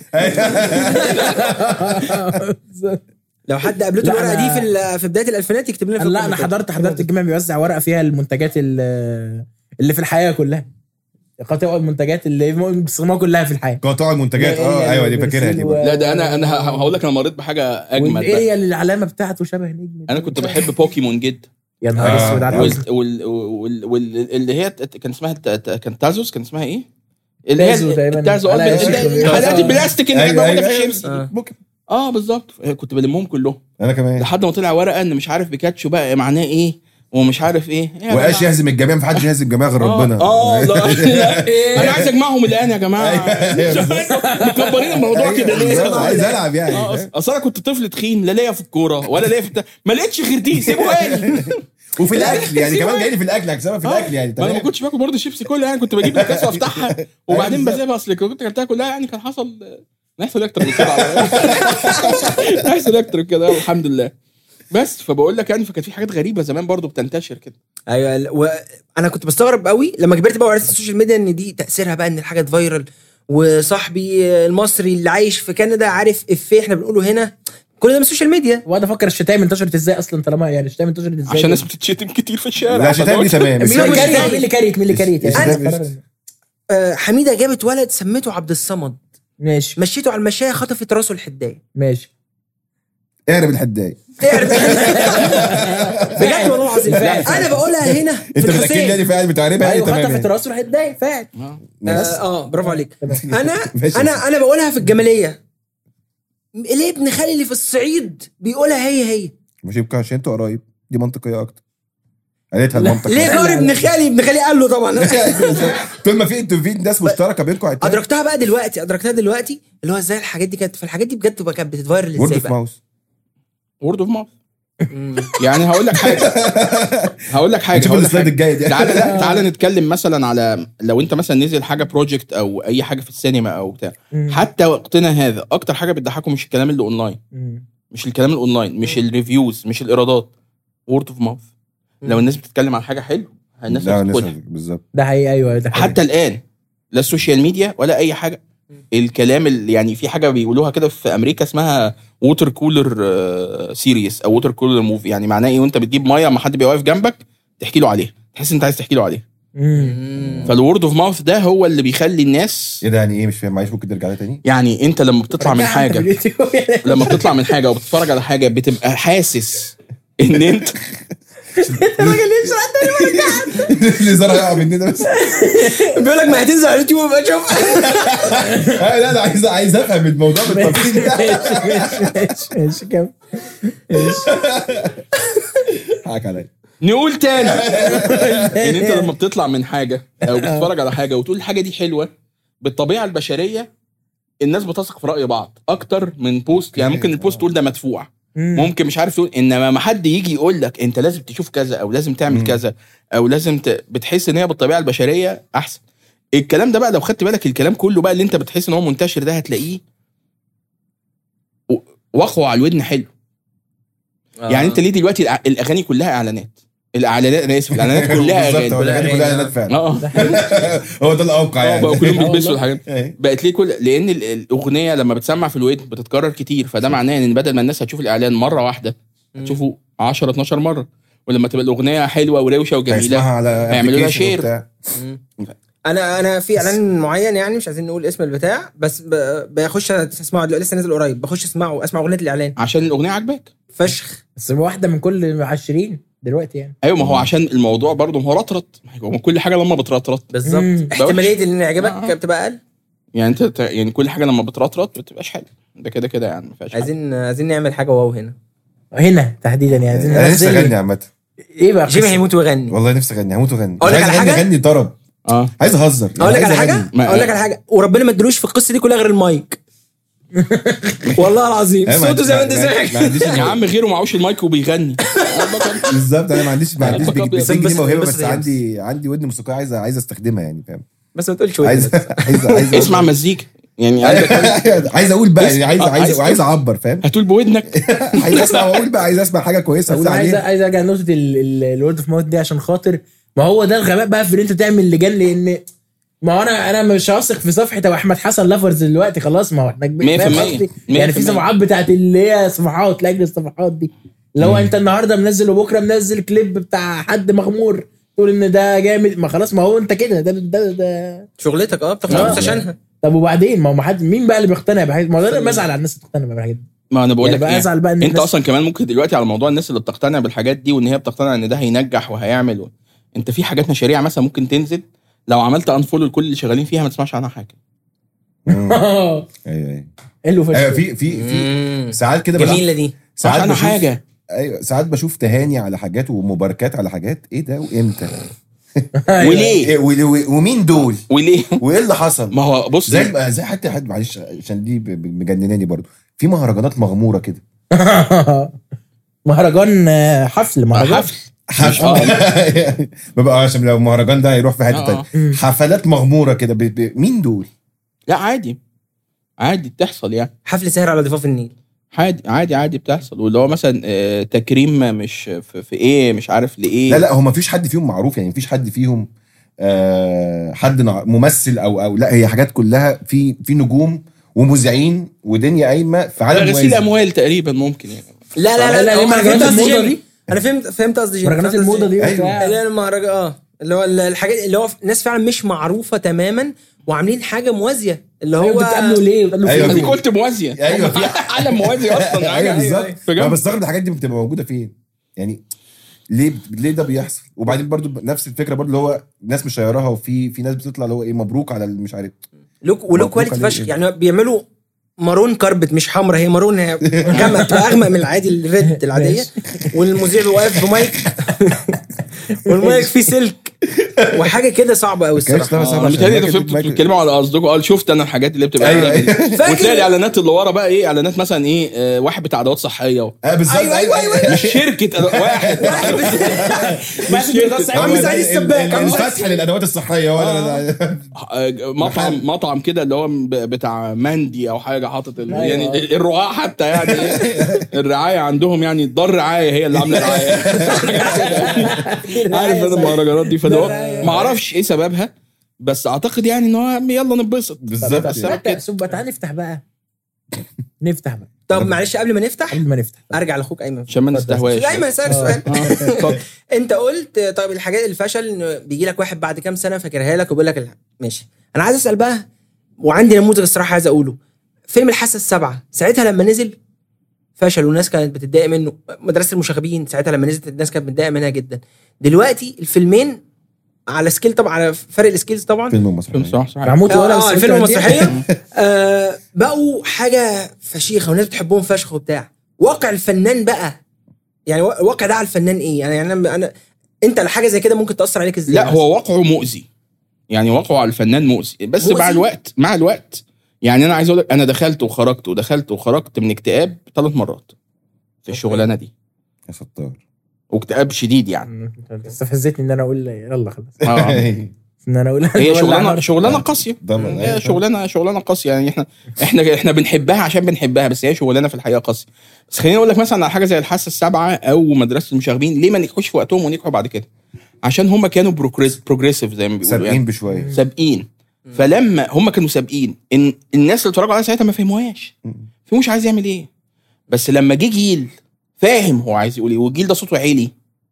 لو حد قابلته الورقه دي في بدايه الالفينات يكتب لنا في لا انا حضرت الجامعه بيوزع ورقه فيها المنتجات اللي في الحياه كلها، قطع المنتجات اللي بيصنعوها كلها في الحياه. قطع المنتجات ايوه دي فاكرها دي. لا ده انا هقول لك انا مريت بحاجه اجمل. ايه اللي العلامه بتاعته شبه نجم. انا كنت بحب بوكيمون جدا. يا نهار اسود على اللي هي كان اسمها كان تازوس. كان اسمها ايه اللي هي التازو حلقات البلاستيك اللي موجوده في الشمس. بالظبط. كنت بلمهم كلهم انا كمان لحد ما طلع ورقه ان مش عارف بيكاتشو بقى معناه ايه ومش عارف ايه. وقاش يهزم الجميع، ما حدش يهزم الجميع غير ربنا. لا انا عايز اجمعهم الان يا جماعه. مكبرين الموضوع كده ليه؟ عايز العب يعني. اصل انا كنت طفل تخين، لا ليا في الكوره ولا ليا في ما لقيتش غير دي. سيبوها لي. وفي الاكل يعني كمان جاي لي في الاكل هكسبها في الاكل يعني انا ما تمام. كنتش باكل برضه شيبسي كلها يعني، كنت بجيب الكاس وافتحها وبعدين بسيبها، اصل كنت اكلتها كلها يعني كان حصل نحصل اكتر من كده نحصل اكتر كده الحمد لله. بس فبقول لك يعني فكانت في حاجات غريبه زمان برضه بتنتشر كده. ايوه وانا كنت بستغرب قوي لما كبرت بقى وعرفت السوشيال ميديا ان دي تاثيرها بقى ان الحاجه فايرال. وصاحبي المصري اللي عايش في كندا عارف افيه احنا بنقوله هنا، كل ده من السوشيال ميديا. وانا افكر الشتايم انتشرت ازاي اصلا، طالما يعني الشتايم انتشرت ازاي عشان الناس بتتشتم كتير في الشارع. لا شتايم دي تمام. مين اللي كاريت حميده جابت ولد سميته عبد الصمد، ماشي مشيته على المشايه خطفت راسه الحدايه. ماشي اهرب الحدايه بجد والله العظيم. انا بقولها هنا في انت الحسين. متاكد يعني فعلا بتعربها؟ ايوه تمام خطفت راسه الحدايه فعلا. برافو عليك. ماشي. انا بقولها في الجماليه، الابن خالي اللي في الصعيد بيقولها هي مش يبقى عشان انتوا قرايب، دي منطقيه اكتر. قالتها المنطق ليه غير ابن خالي قال له طبعا. طول ما في ناس مشتركه بينكم. ادركتها دلوقتي اللي هو ازاي الحاجات دي كانت، في الحاجات دي بجد كانت بتتفايرل ازاي بقى. وورد اوف ماوث. يعني هقول لك حاجه شوف السلايد الجاي دي. تعالى نتكلم مثلا على لو انت مثلا نزل حاجه بروجكت او اي حاجه في السينما او بتاع، حتى وقتنا هذا اكتر حاجه بتضحكوا مش الكلام اللي اونلاين، مش الكلام الاونلاين، مش الريفيوز، مش الايرادات، وورد اوف ماوث. لو الناس بتتكلم عن حاجه حلوه الناس بتقولها بالظبط. ده حقيقي. ايوه ده حقيقي. حتى الان لا السوشيال ميديا ولا اي حاجه، الكلام اللي يعني في حاجه بيقولوها كده في امريكا اسمها ووتر كولر سيريس او ووتر كولر موفي. يعني معناه ايه؟ وانت بتجيب ميه اما حد بيوقف جنبك تحكي له عليها، تحس انت عايز تحكي له عليها. فالورد اوف ماوث ده هو اللي بيخلي الناس ايه ده يعني ايه؟ مش فاهم. معلش ممكن ترجع لها تاني؟ يعني انت لما بتطلع من حاجه وبتتفرج على حاجه بتبقى حاسس ان انت اللي زرع يقع مننا بس بيقول لك ما هتنزل على اليوتيوب بقى تشوف. لا انا عايز افهم الموضوع بالتفصيل. ماشي كم حاك عليا. نقول تاني ان انت لما بتطلع من حاجه او بتتفرج على حاجه وتقول الحاجه دي حلوه، بالطبيعه البشريه الناس بتثق في راي بعض اكتر من بوست. يعني ممكن البوست تقول ده مدفوع، ممكن مش عارف تقول، انما ما حد يجي يقول لك انت لازم تشوف كذا او لازم تعمل كذا او لازم بتحس ان هي بالطبيعه البشريه احسن. الكلام ده بقى لو خدت بالك الكلام كله بقى اللي انت بتحس ان هو منتشر ده هتلاقيه واقوى على الودن حلو. يعني انت ليه دلوقتي الاغاني كلها اعلانات، انا اسف، الاعلانات كلها اغاني كلها اعلانات فعلا. هو ده الاوقع يعني. بقى كلهم بيلبسوا الحاجات بقت ليه لان الاغنيه لما بتسمع في الودن بتتكرر كتير، فده معناه ان بدل ما الناس هتشوف الاعلان مره واحده هتشوفه 10 12 مره، ولما تبقى الاغنيه حلوه وروشه وجميله هيعملوا لها شير. انا في اعلان معين يعني مش عايزين نقول اسم البتاع، بس بخش اسمعه لسه نازل قريب، بخش اسمع اغنيه الاعلان عشان الاغنيه عجباك فشخ. بس واحده من كل 20 دلوقتي يعني. ايوه ما هو عشان الموضوع برضه هو رطرط، هو كل حاجه لما بترطرط بالظبط احتماليه ان يعجبك بتبقى اقل. يعني انت يعني كل حاجه لما بترطرط بتبقاش حلوه، ده كده يعني ما فيهاش. عايزين نعمل حاجه واو هنا تحديدا يعني. انا نفسي اغني عامه. ايه بقى جيمي هيموت ويغني. والله نفسي اغني، هموت واغني. اقول لك على حاجه، اغني طرب. عايز اهزر. اقول لك على حاجه وربنا ما ادلوش في القصه دي كلها غير المايك. والله العظيم صوته زي ما انت سامع يا عم، غيره معوش المايك وبيغني. بالظبط. انا ما عنديش بيجي موهبه، بس عندي ودن موسيقيه عايز استخدمها يعني، فاهم؟ بس ما تقولش عايز اسمع مزيكا يعني. عايز اقول بقى يعني، عايز اعبر، فاهم؟ هتقول بودنك. عايز اسمع واقول بقى، عايز اسمع حاجه كويسه اقول عليها. عايز ارجع لنقطه الورد اوف ماوث دي عشان خاطر ما هو ده الغباء بقى في ان انت تعمل لجان، لان ما هو انا مش واثق في صفحه او احمد حسن لافرز دلوقتي خلاص. ما هو احنا 100% يعني في صفحات بتاعت اللي هي صفحات لاجل الصفحات دي، لو انت النهارده منزل وبكره منزل كليب بتاع حد مغمور تقول ان ده جامد، ما خلاص ما هو انت كده ده شغلتك بتاخد فلوس عشانها. طب وبعدين ما هو ما حد مين بقى اللي بيقتنع بحاجه؟ ما انا بزعل على الناس اللي بتقتنع بالحاجات دي. ما انا بقول لك يعني ازعل بقى انت اصلا كمان ممكن دلوقتي على موضوع الناس اللي بتقتنع بالحاجات دي وان هي بتقتنع ان ده هينجح وهيعمل انت في حاجات مشاريع مثلا ممكن تنزل لو عملت انفولو لكل اللي شغالين فيها ما تسمعش عنها حاجه. ايوه في ساعات كده جميله دي ساعات بشوف حاجه. ايوه ساعات بشوف تهاني على حاجات ومباركات على حاجات. ايه ده وامتى؟ وليه؟ ومين دول؟ وليه؟ وايه اللي حصل؟ ما هو بص زي حد معلش عشان دي مجنناني برضو، في مهرجانات مغموره كده. مهرجان حفل ببقى عشان لو مهرجان ده هيروح في حته تانية. حفلات مغموره كده مين دول؟ لا عادي بتحصل يعني. حفل سهر على ضفاف النيل عادي بتحصل. واللي هو مثلا تكريم مش في ايه مش عارف لايه. لا هو مفيش حد فيهم معروف يعني، مفيش حد فيهم حد ممثل او لا، هي حاجات كلها في نجوم ومذيعين ودنيا قايمه في عالم غسيل موازي. اموال تقريبا ممكن يعني. لا مهرجانات الموضه دي. انا فهمت قصدي مهرجانات الموضه دي لا المهرجان اللي هو الحاجات اللي هو ناس فعلا مش معروفه تماما وعاملين حاجه موازيه اللي هو بتقابلوا ليه؟ أيوة دي قلت موازيه. ايوه في عالم موازي اصلا. ايوه بالظبط. انا بستغرب الحاجات دي بتبقى موجوده فين يعني، ليه ده بيحصل؟ وبعدين برضو نفس الفكره برضو اللي هو ناس مشيراها، وفي ناس بتطلع اللي هو ايه مبروك على مش عارف ولو كواليتي فشخ يعني. بيعملوا مارون كاربت مش حمرا، هي مارون، هي غامقه اغمق من العادي الريد العاديه. والمذيع واقف بمايك والمايك فيه سلك وحاجه كده صعبه قوي الصراحه. بتتكلموا على قصدكم. قال شفت انا الحاجات اللي بتبقى وتلاقي الاعلانات اللي ورا بقى ايه، اعلانات مثلا ايه واحد بتاع ادوات صحيه. بالظبط. ايوه مش شركه واحد مش شركه عم سعيد السباك الفتح للادوات الصحيه ولا مطعم كده اللي هو بتاع مندي او حاجه حاطط يعني الرعاة حتى يعني الرعايه عندهم يعني دار رعايه هي اللي عامله رعايه. عارف انا المهرجانات دي فده ما اعرفش ايه سببها، بس اعتقد يعني ان هو يلا ننبسط بالظبط. تعال نفتح بقى. طب معلش قبل ما نفتح ارجع لاخوك ايمن عشان ما نستهواش. ايمن اسالك سؤال. انت قلت طيب الحاجات الفشل انه بيجي لك واحد بعد كام سنه فاكرها لك وبيقول لك ماشي. انا عايز اسال بقى، وعندي نموذج الصراحه عايز اقوله. فيلم الحاسه السابعه ساعتها لما نزل فشل والناس كانت بتتضايق منه. مدرسه المشاغبين ساعتها لما نزلت الناس كانت متضايقه منها جدا. دلوقتي الفيلمين على سكيل طبعا، على فرق السكيلز طبعا، فيلم ومسرحيه صح الفيلم والمسرحيه بقوا حاجه فشيخه والناس بتحبهم فشخ وبتاع. واقع الفنان بقى يعني واقع ده على الفنان ايه يعني؟ انا انت الحاجه زي كده ممكن تاثر عليك ازاي؟ لا هو واقعه مؤذي يعني، واقعه على الفنان مؤذي بس مؤذي. مع الوقت يعني انا عايز اقول لك انا دخلت وخرجت من اكتئاب 3 مرات في الشغلانه دي يا ستار، واكتئاب شديد يعني. استفزتني ان انا اقول يلا خلاص ان انا اقول هي شغلانه قاسيه. هي شغلانه قاسيه يعني. احنا بنحبها عشان بنحبها، بس هي شغلانه في الحقيقه قاسيه. بس خليني اقول لك مثلا على حاجه زي الحاسه السابعه او مدرسه المشاغبين. ليه ما نجحوش في وقتهم ونجحوا بعد كده؟ عشان هم كانوا بروجريسيف زي ما بيقولوا، سابقين يعني بشويه، سابقين. فلما هم كانوا سابقين ان الناس اللي اتفرجوا عليها ساعتها ما فهموش عايز يعمل ايه. بس لما جه جيل فاهم هو عايز يقول ايه، والجيل ده صوته عالي،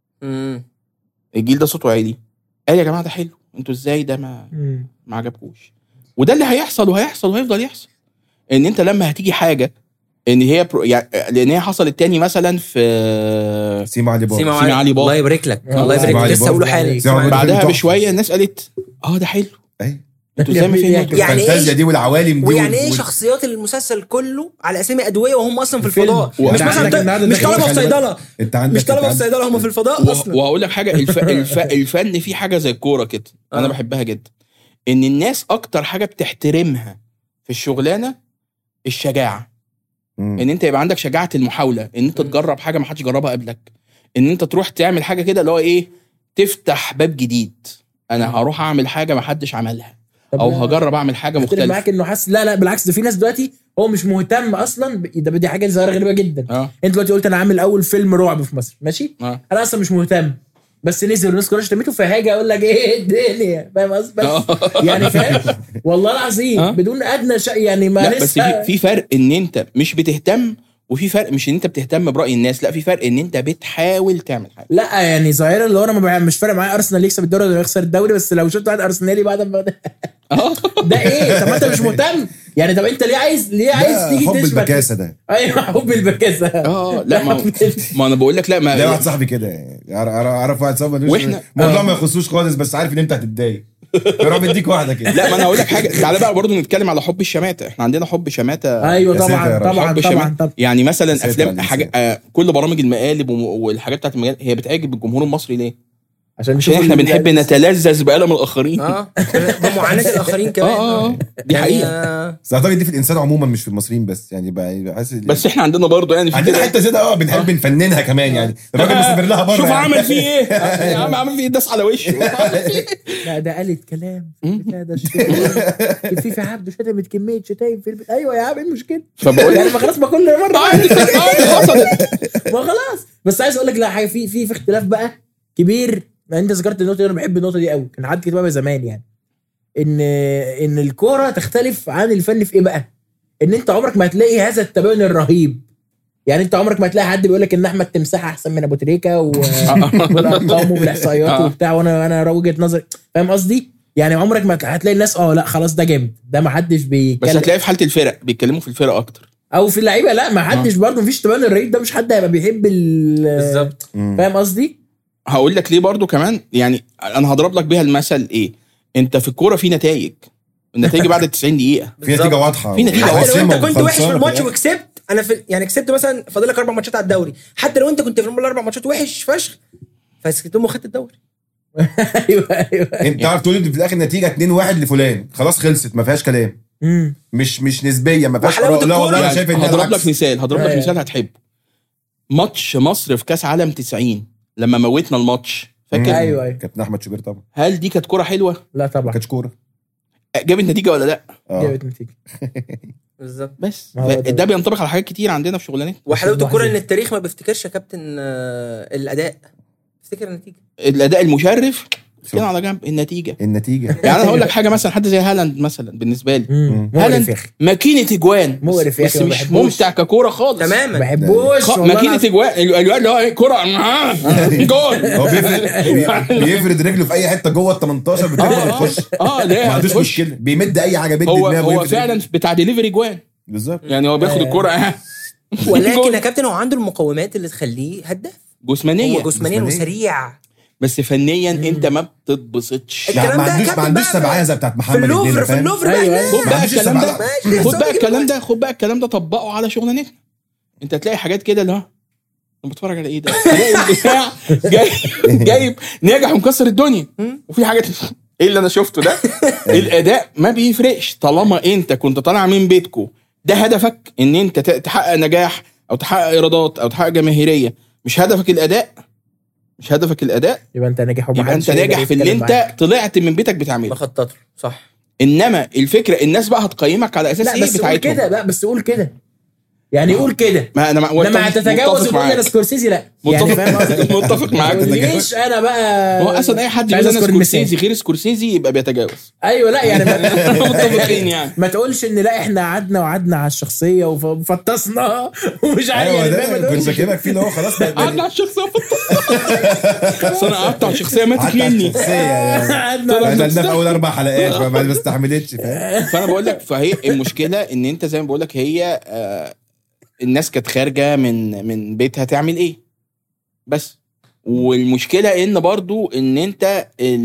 قال يا جماعه ده حلو، انتوا ازاي ده ما عجبكوش؟ وده اللي هيحصل وهيفضل يحصل. ان انت لما هتيجي حاجه ان هي يعني لان هي حصلت تاني مثلا في سيما علي بابا. الله يبارك لك لسه اقوله حالا. بعدها بشويه الناس قالت ده حلو. انتوا ازاي ما فهمتوا يعني الفانتازيا دي والعوالم دي ويعني ايه شخصيات المسلسل كله على اسامي ادويه وهم اصلا في الفضاء؟ مش مثلا مش طلبه في صيدله، مش طلبه في صيدله، هم في الفضاء اصلا. وهقول لك حاجه، الفن فيه حاجه زي الكوره كده انا بحبها جدا. ان الناس اكتر حاجه بتحترمها في الشغلانه الشجاعه. ان انت يبقى عندك شجاعه المحاوله، ان انت تجرب حاجه ما حدش جربها قبلك، ان انت تروح تعمل حاجه كده اللي هو ايه، تفتح باب جديد. انا هروح اعمل حاجه ما حدش عملها او هجرب اعمل حاجه مختلفه. معاك انه حاسس لا بالعكس، ده في ناس دلوقتي هو مش مهتم اصلا ده بدي حاجه ظاهره غريبه جدا. انت دلوقتي قلت انا عامل اول فيلم رعب في مصر، ماشي؟ انا اصلا مش مهتم، بس نزل والناس كلها شتمته، فهاجي اقول لك ايه الدنيا، فاهم قصدي؟ بس يعني فاهم والله العظيم بدون ادنى يعني ما لا بس في فرق ان انت مش بتهتم، وفي فرق مش ان انت بتهتم براي الناس، لا في فرق ان انت بتحاول تعمل حاجه. لا يعني ظاهره اللي هو انا مش فارق معايا ارسنال يكسب الدوري ولا يخسر الدوري، بس لو شفت واحد ارسنالي بعد ما ده ايه؟ طب ما انت مش مهتم يعني. طب انت ليه عايز تيجي حب البكاسه ده؟ ايوه حب البكاسه. لا ما انا بقول لك لا واحد صاحبي كده اعرف واحد صاحبي الموضوع ما يخصوش خالص، بس عارف ان انت هتتضايق يا رب اديك واحده كده. لا ما انا هقول لك حاجه، تعالى بقى برضو نتكلم على حب الشماته. احنا عندنا حب شماته. ايوه طبعا. يعني مثلا افلام حاجه كل برامج المقالب والحاجات بتاعت المجال هي بتعجب الجمهور المصري ليه؟ عشان احنا بنحب نتلذذ بألم الاخرين. بمعاناه الاخرين كمان. دي حقيقه. بس اعتقد دي في الانسان عموما مش في المصريين بس، يعني بقى حاسس بس احنا عندنا برضه يعني في عندنا كده. حته زياده بنحب نفننها كمان، يعني الراجل مستمر لها بره. شوف يعني. عمل فيه ايه يا عم، عمل فيه داس على وشه. لا ده قالت كلام بتاع ده في عبده شتمت كميه شتايم في البيت. ايوه يا عم ايه المشكله؟ فبقول يعني ما خلاص ما كل مره عادي حصلت. ما خلاص. بس عايز اقول لك لا حاجه في اختلاف بقى كبير. ما انت ذكرت النقطه دي، انا بحب النقطه دي قوي. كان حد كتبها زمان يعني ان الكوره تختلف عن الفن في ايه بقى؟ ان انت عمرك ما هتلاقي هذا التباين الرهيب. يعني انت عمرك ما هتلاقي حد بيقول لك ان احمد تمساح احسن من ابو تريكه والارقام والاحصائيات وبتاع، وانا وجهه نظري. فاهم قصدي؟ يعني عمرك ما هتلاقي الناس لا خلاص ده جامد، ده ما حدش بيتكلم. بس هتلاقي في حاله الفرق بيتكلموا في الفرق اكتر، او في اللعيبه لا ما حدش برضه. مفيش تباين الرهيب ده، مش حد هيبقى بيحب بالظبط. فاهم قصدي؟ هقول لك ليه برضو كمان. يعني انا هضرب لك بيها المثل ايه. انت في الكوره في نتائج، النتائج بعد 90 دقيقه في نتيجه واضحه، في نتيجة حتى لو انت كنت وحش في وخلصانة الماتش يعني. وكسبت، انا يعني كسبت مثلا فاضل لك 4 ماتشات على الدوري، حتى لو انت كنت في الاربع ماتشات وحش فشخ فسكتهم وخدت الدوري. ايوه انت عارف تقول في الاخر نتيجه 2-1 لفلان، خلاص خلصت ما فيهاش كلام. مش نسبيه، ما فيهاش وحلاوة لا والله انا الكورة. شايف ان هضرب لك مثال هتحبه. ماتش مصر في كاس عالم 90 لما موتنا الماتش، فاكر؟ ايوه كابتن احمد شوبير طبعا. هل دي كانت كوره حلوه؟ لا ما طبعا كانتش كوره، جابت نتيجه ولا لا؟ جابت نتيجه بالظبط. بس ما هو ده بينطبق على حاجات كتير عندنا في شغلانتنا. وحلاوه الكوره ان التاريخ ما بيفتكرش يا كابتن الاداء، بيفتكر النتيجه. الاداء المشرف كان على جنب، النتيجه. يعني انا هقول لك حاجه، مثلا حد زي هالاند مثلا بالنسبه لي، مقرف يا اخي، ماكينه اجوان، مقرف يا بس اخي، ما مش بحبوش. ممتع ككوره خالص ما تماما. بحبوش ماكينه اجوان اللي هو ايه، كوره جول. هو بيفرد رجله في اي حته جوه ال 18 بتخش. ليه ما عندوش مشكله، بيمد اي حاجه بيدي دماغه. هو فعلا بتاع ديليفري جوان بالظبط. يعني، هو بياخد الكوره ولكن يا كابتن هو عنده المقومات اللي تخليه هداف. جسمانيا هو جسمانيا وسريع، بس فنيا انت ما بتتبسطش. يعني ما الكلام عندوش بقى سبعيه زي بتاعت في محمد اللوفر، في اللوفر بقى أيوة. خد بقى الكلام ده، ماشي. خد بقى الكلام ده طبقه على شغلانتنا. انت تلاقي حاجات كده اللي هو انا بتفرج على ايه ده، تلاقي الدفاع جايب ناجح ومكسر الدنيا، وفي حاجات ايه اللي انا شفته ده. الاداء ما بيفرقش طالما انت كنت طالع من بيتكو ده هدفك ان انت تحقق نجاح او تحقق ايرادات او تحقق جماهيريه. مش هدفك الاداء يبقى انت ناجح، يبقى انت ناجح في اللي انت طلعت من بيتك بتعمله. بخطط صح. انما الفكره الناس بقى هتقيمك على اساس ايه بس قول بتاعتهم. كده بقى، بس قول كده يعني، قول كده. ما انا لما هتتجاوز وتقول انا سكورسيزي لا يعني، فاهم قصدي؟ متفق معاك. ليش انا بقى هو اصلا اي حد يقول انا سكورسيزي غير سكورسيزي يبقى بيتجاوز. ايوه لا يعني متفقين يعني. ما تقولش ان لا احنا قعدنا على الشخصيه وفطسنا ومش عارف ايوه يعني. ده كنت شاكبك فيه اللي هو خلاص قعدنا على الشخصيه اصل انا قعدت على الشخصيه ماتت مني. قعدنا في اول 4 حلقات ما استحملتش، فاهم. فانا بقول لك، فهي المشكله ان انت زي ما بقول لك، هي الناس كانت خارجه من بيتها تعمل ايه بس. والمشكله ان برضو ان انت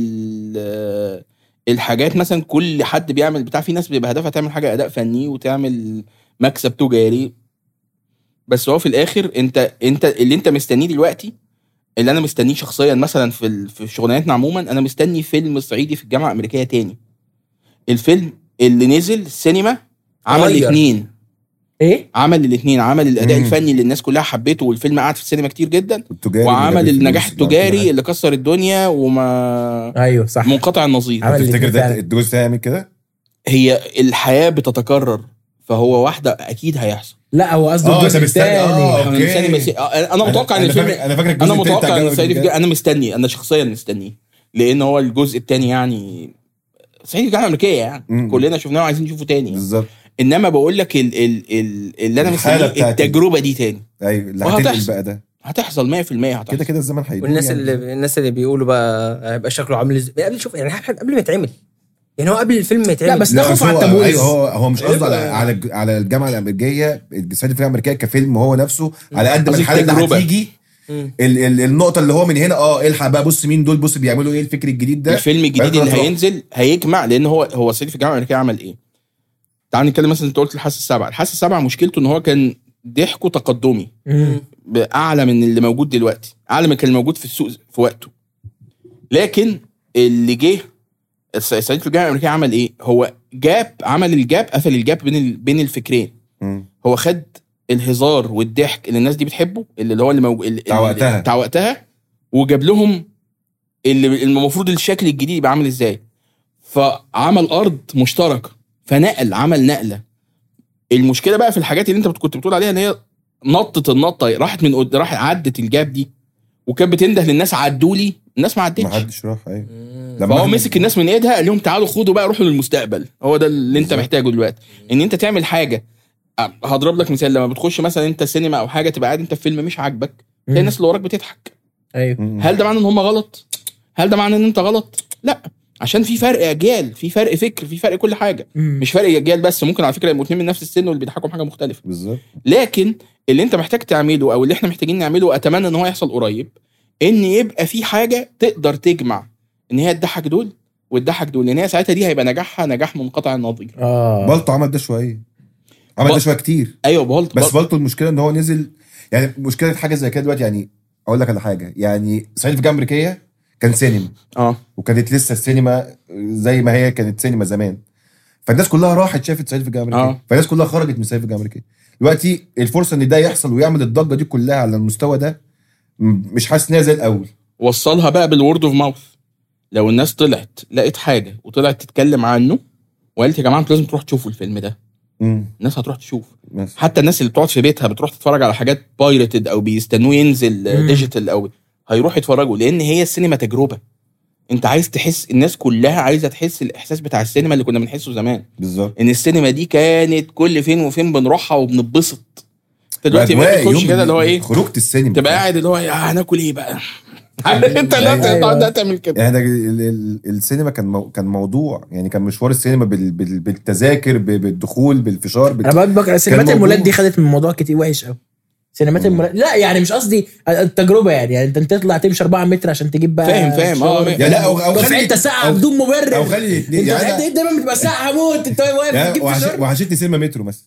الحاجات مثلا كل حد بيعمل بتاع، في ناس بيبقى هدفها تعمل حاجه اداء فني وتعمل مكسب تجاري، بس هو في الاخر انت اللي انت مستنيه دلوقتي، اللي انا مستنيه شخصيا مثلا في شغلانتنا عموما، انا مستني فيلم صعيدي في الجامعه الامريكيه تاني. الفيلم اللي نزل السينما عمل الاثنين، عمل الاثنين، عمل الاداء الفني اللي الناس كلها حبيته والفيلم قعد في السينما كتير جدا، وعمل النجاح التجاري اللي كسر الدنيا وما ايوه صح منقطع النظير. تفتكر ده الجزء ده يعمل كده؟ هي الحياه بتتكرر، فهو واحده اكيد هيحصل. لا هو قصده الجزء الثاني. انا متوقع ان الفيلم، انا متوقع ان انا مستني، انا شخصيا مستنيه، لان هو الجزء الثاني يعني صعيدي في الجامعه الامريكيه يعني كلنا شفناه وعايزين نشوفه تاني بالظبط. انما بقول لك اللي انا مستنيه التجربه دي تاني. ايوه اللي هتنقل بقى ده هتحصل 100%. هتحصل كده الزمن هيدوم. والناس يعني الناس اللي بيقولوا بقى هيبقى شكله عامل ازاي قبل، شوف يعني قبل ما يتعمل، يعني هو قبل الفيلم ما يتعمل. لا بس ده خوف على التمويل. ايوه هو مش قصده على الجامعه الامريكيه، الصعيدي في الامريكيه كفيلم هو نفسه، على قد ما الحاله اللي هتيجي النقطه اللي هو من هنا الحق بقى، بص مين دول، بص بيعملوا ايه، الفكر الجديد ده. الفيلم الجديد اللي هينزل هيجمع، لان هو صعيدي في الجامعه الامريكيه عمل ايه. تعال نتكلم مثلا، انت قلت الحاسه السابعه مشكلته ان هو كان ضحكه تقدمي اعلى من اللي موجود دلوقتي، اعلى من كان موجود في السوق في وقته. لكن اللي جه الصعيدي في الجامعه الامريكيه عمل ايه؟ هو عمل الجاب، قفل الجاب بين الفكرين. هو خد الهزار والضحك اللي الناس دي بتحبه، اللي هو اللي بتاع وقتها، وجاب لهم اللي المفروض الشكل الجديد يبقى عامل ازاي. فعمل ارض مشتركه، عمل نقله. المشكله بقى في الحاجات اللي انت كنت بتقول عليها، ان هي نطت النطه، راحت عدت الجاب دي، وكانت بتنده للناس عدوا لي، الناس ما عدتش، ما حدش راح. ايوه فهو مسك الناس من ايدها، قال لهم تعالوا خدوا بقى، روحوا للمستقبل. هو ده اللي انت محتاجه دلوقتي، ان انت تعمل حاجه. هضرب لك مثال، لما بتخش مثلا انت سينما او حاجه، تبقى قاعد انت في فيلم مش عاجبك، تلاقي الناس اللي وراك بتضحك. ايوه، هل ده معناه ان هم غلط؟ هل ده معناه ان انت غلط؟ لا، عشان في فرق اجيال، في فرق فكر، في فرق كل حاجه. مش فرق اجيال بس، ممكن على فكره يبقوا اتنين من نفس السن واللي بيضحكوا حاجه مختلفه. بالظبط. لكن اللي انت محتاج تعمله، او اللي احنا محتاجين نعمله، واتمنى ان هو يحصل قريب، ان يبقى في حاجه تقدر تجمع ان هي تضحك دول وتضحك دول، لان هي ساعتها دي هيبقى نجاحها نجاح منقطع النظير. بالطو عمل ده شويه، عمل ده شويه كتير. ايوه بس بالطو المشكله ان هو نزل، يعني مشكله حاجه زي كده دلوقتي. يعني اقول لك على حاجه، يعني صعيدي في الجامعه الامريكيه كان سينما، وكانت لسه السينما زي ما هي كانت سينما زمان، فالناس كلها راحت شافت صعيدي في الجامعه الامريكيه، فالناس كلها خرجت من صعيدي في الجامعه الامريكيه. دلوقتي الفرصه ان ده يحصل ويعمل الضجه دي كلها على المستوى ده، مش حاسس ان هي زي الاول. وصلها بقى بالورد اوف ماوث. لو الناس طلعت لقيت حاجه وطلعت تتكلم عنه وقالت يا جماعه انتوا لازم تروحوا تشوفوا الفيلم ده، الناس هتروح تشوف. حتى الناس اللي بتقعد في بيتها بتروح تتفرج على حاجات بايرتد او بيستنوه ينزل ديجيتال، او هيروح يتفرجوا، لان هي السينما تجربه. انت عايز تحس، الناس كلها عايزه تحس الاحساس بتاع السينما اللي كنا بنحسه زمان. بالظبط. ان السينما دي كانت كل فين وفين بنروحها وبنتبسط. دلوقتي بقى تخش كده اللي هو ايه، خروجه السينما، تبقى قاعد اللي هو هناكل ايه بقى. انت لا تعمل كده. يعني السينما كان موضوع، يعني كان مشوار السينما بالتذاكر، بالدخول، بالفشار. انا بقى سينمات المولات دي خدت من الموضوع كتير وحش قوي. سينمات المولات، لا يعني مش قصدي التجربه، يعني انت تطلع تمشي 4 متر عشان تجيب بقى. فاهم يعني لا، او خلي انت ساعه بدون مبرر، او خلي الاثنين. يعني انت دايما بتبقى ساعه هموت انت واقف تجيب فشار. وحشتني سينما مترو مثلا.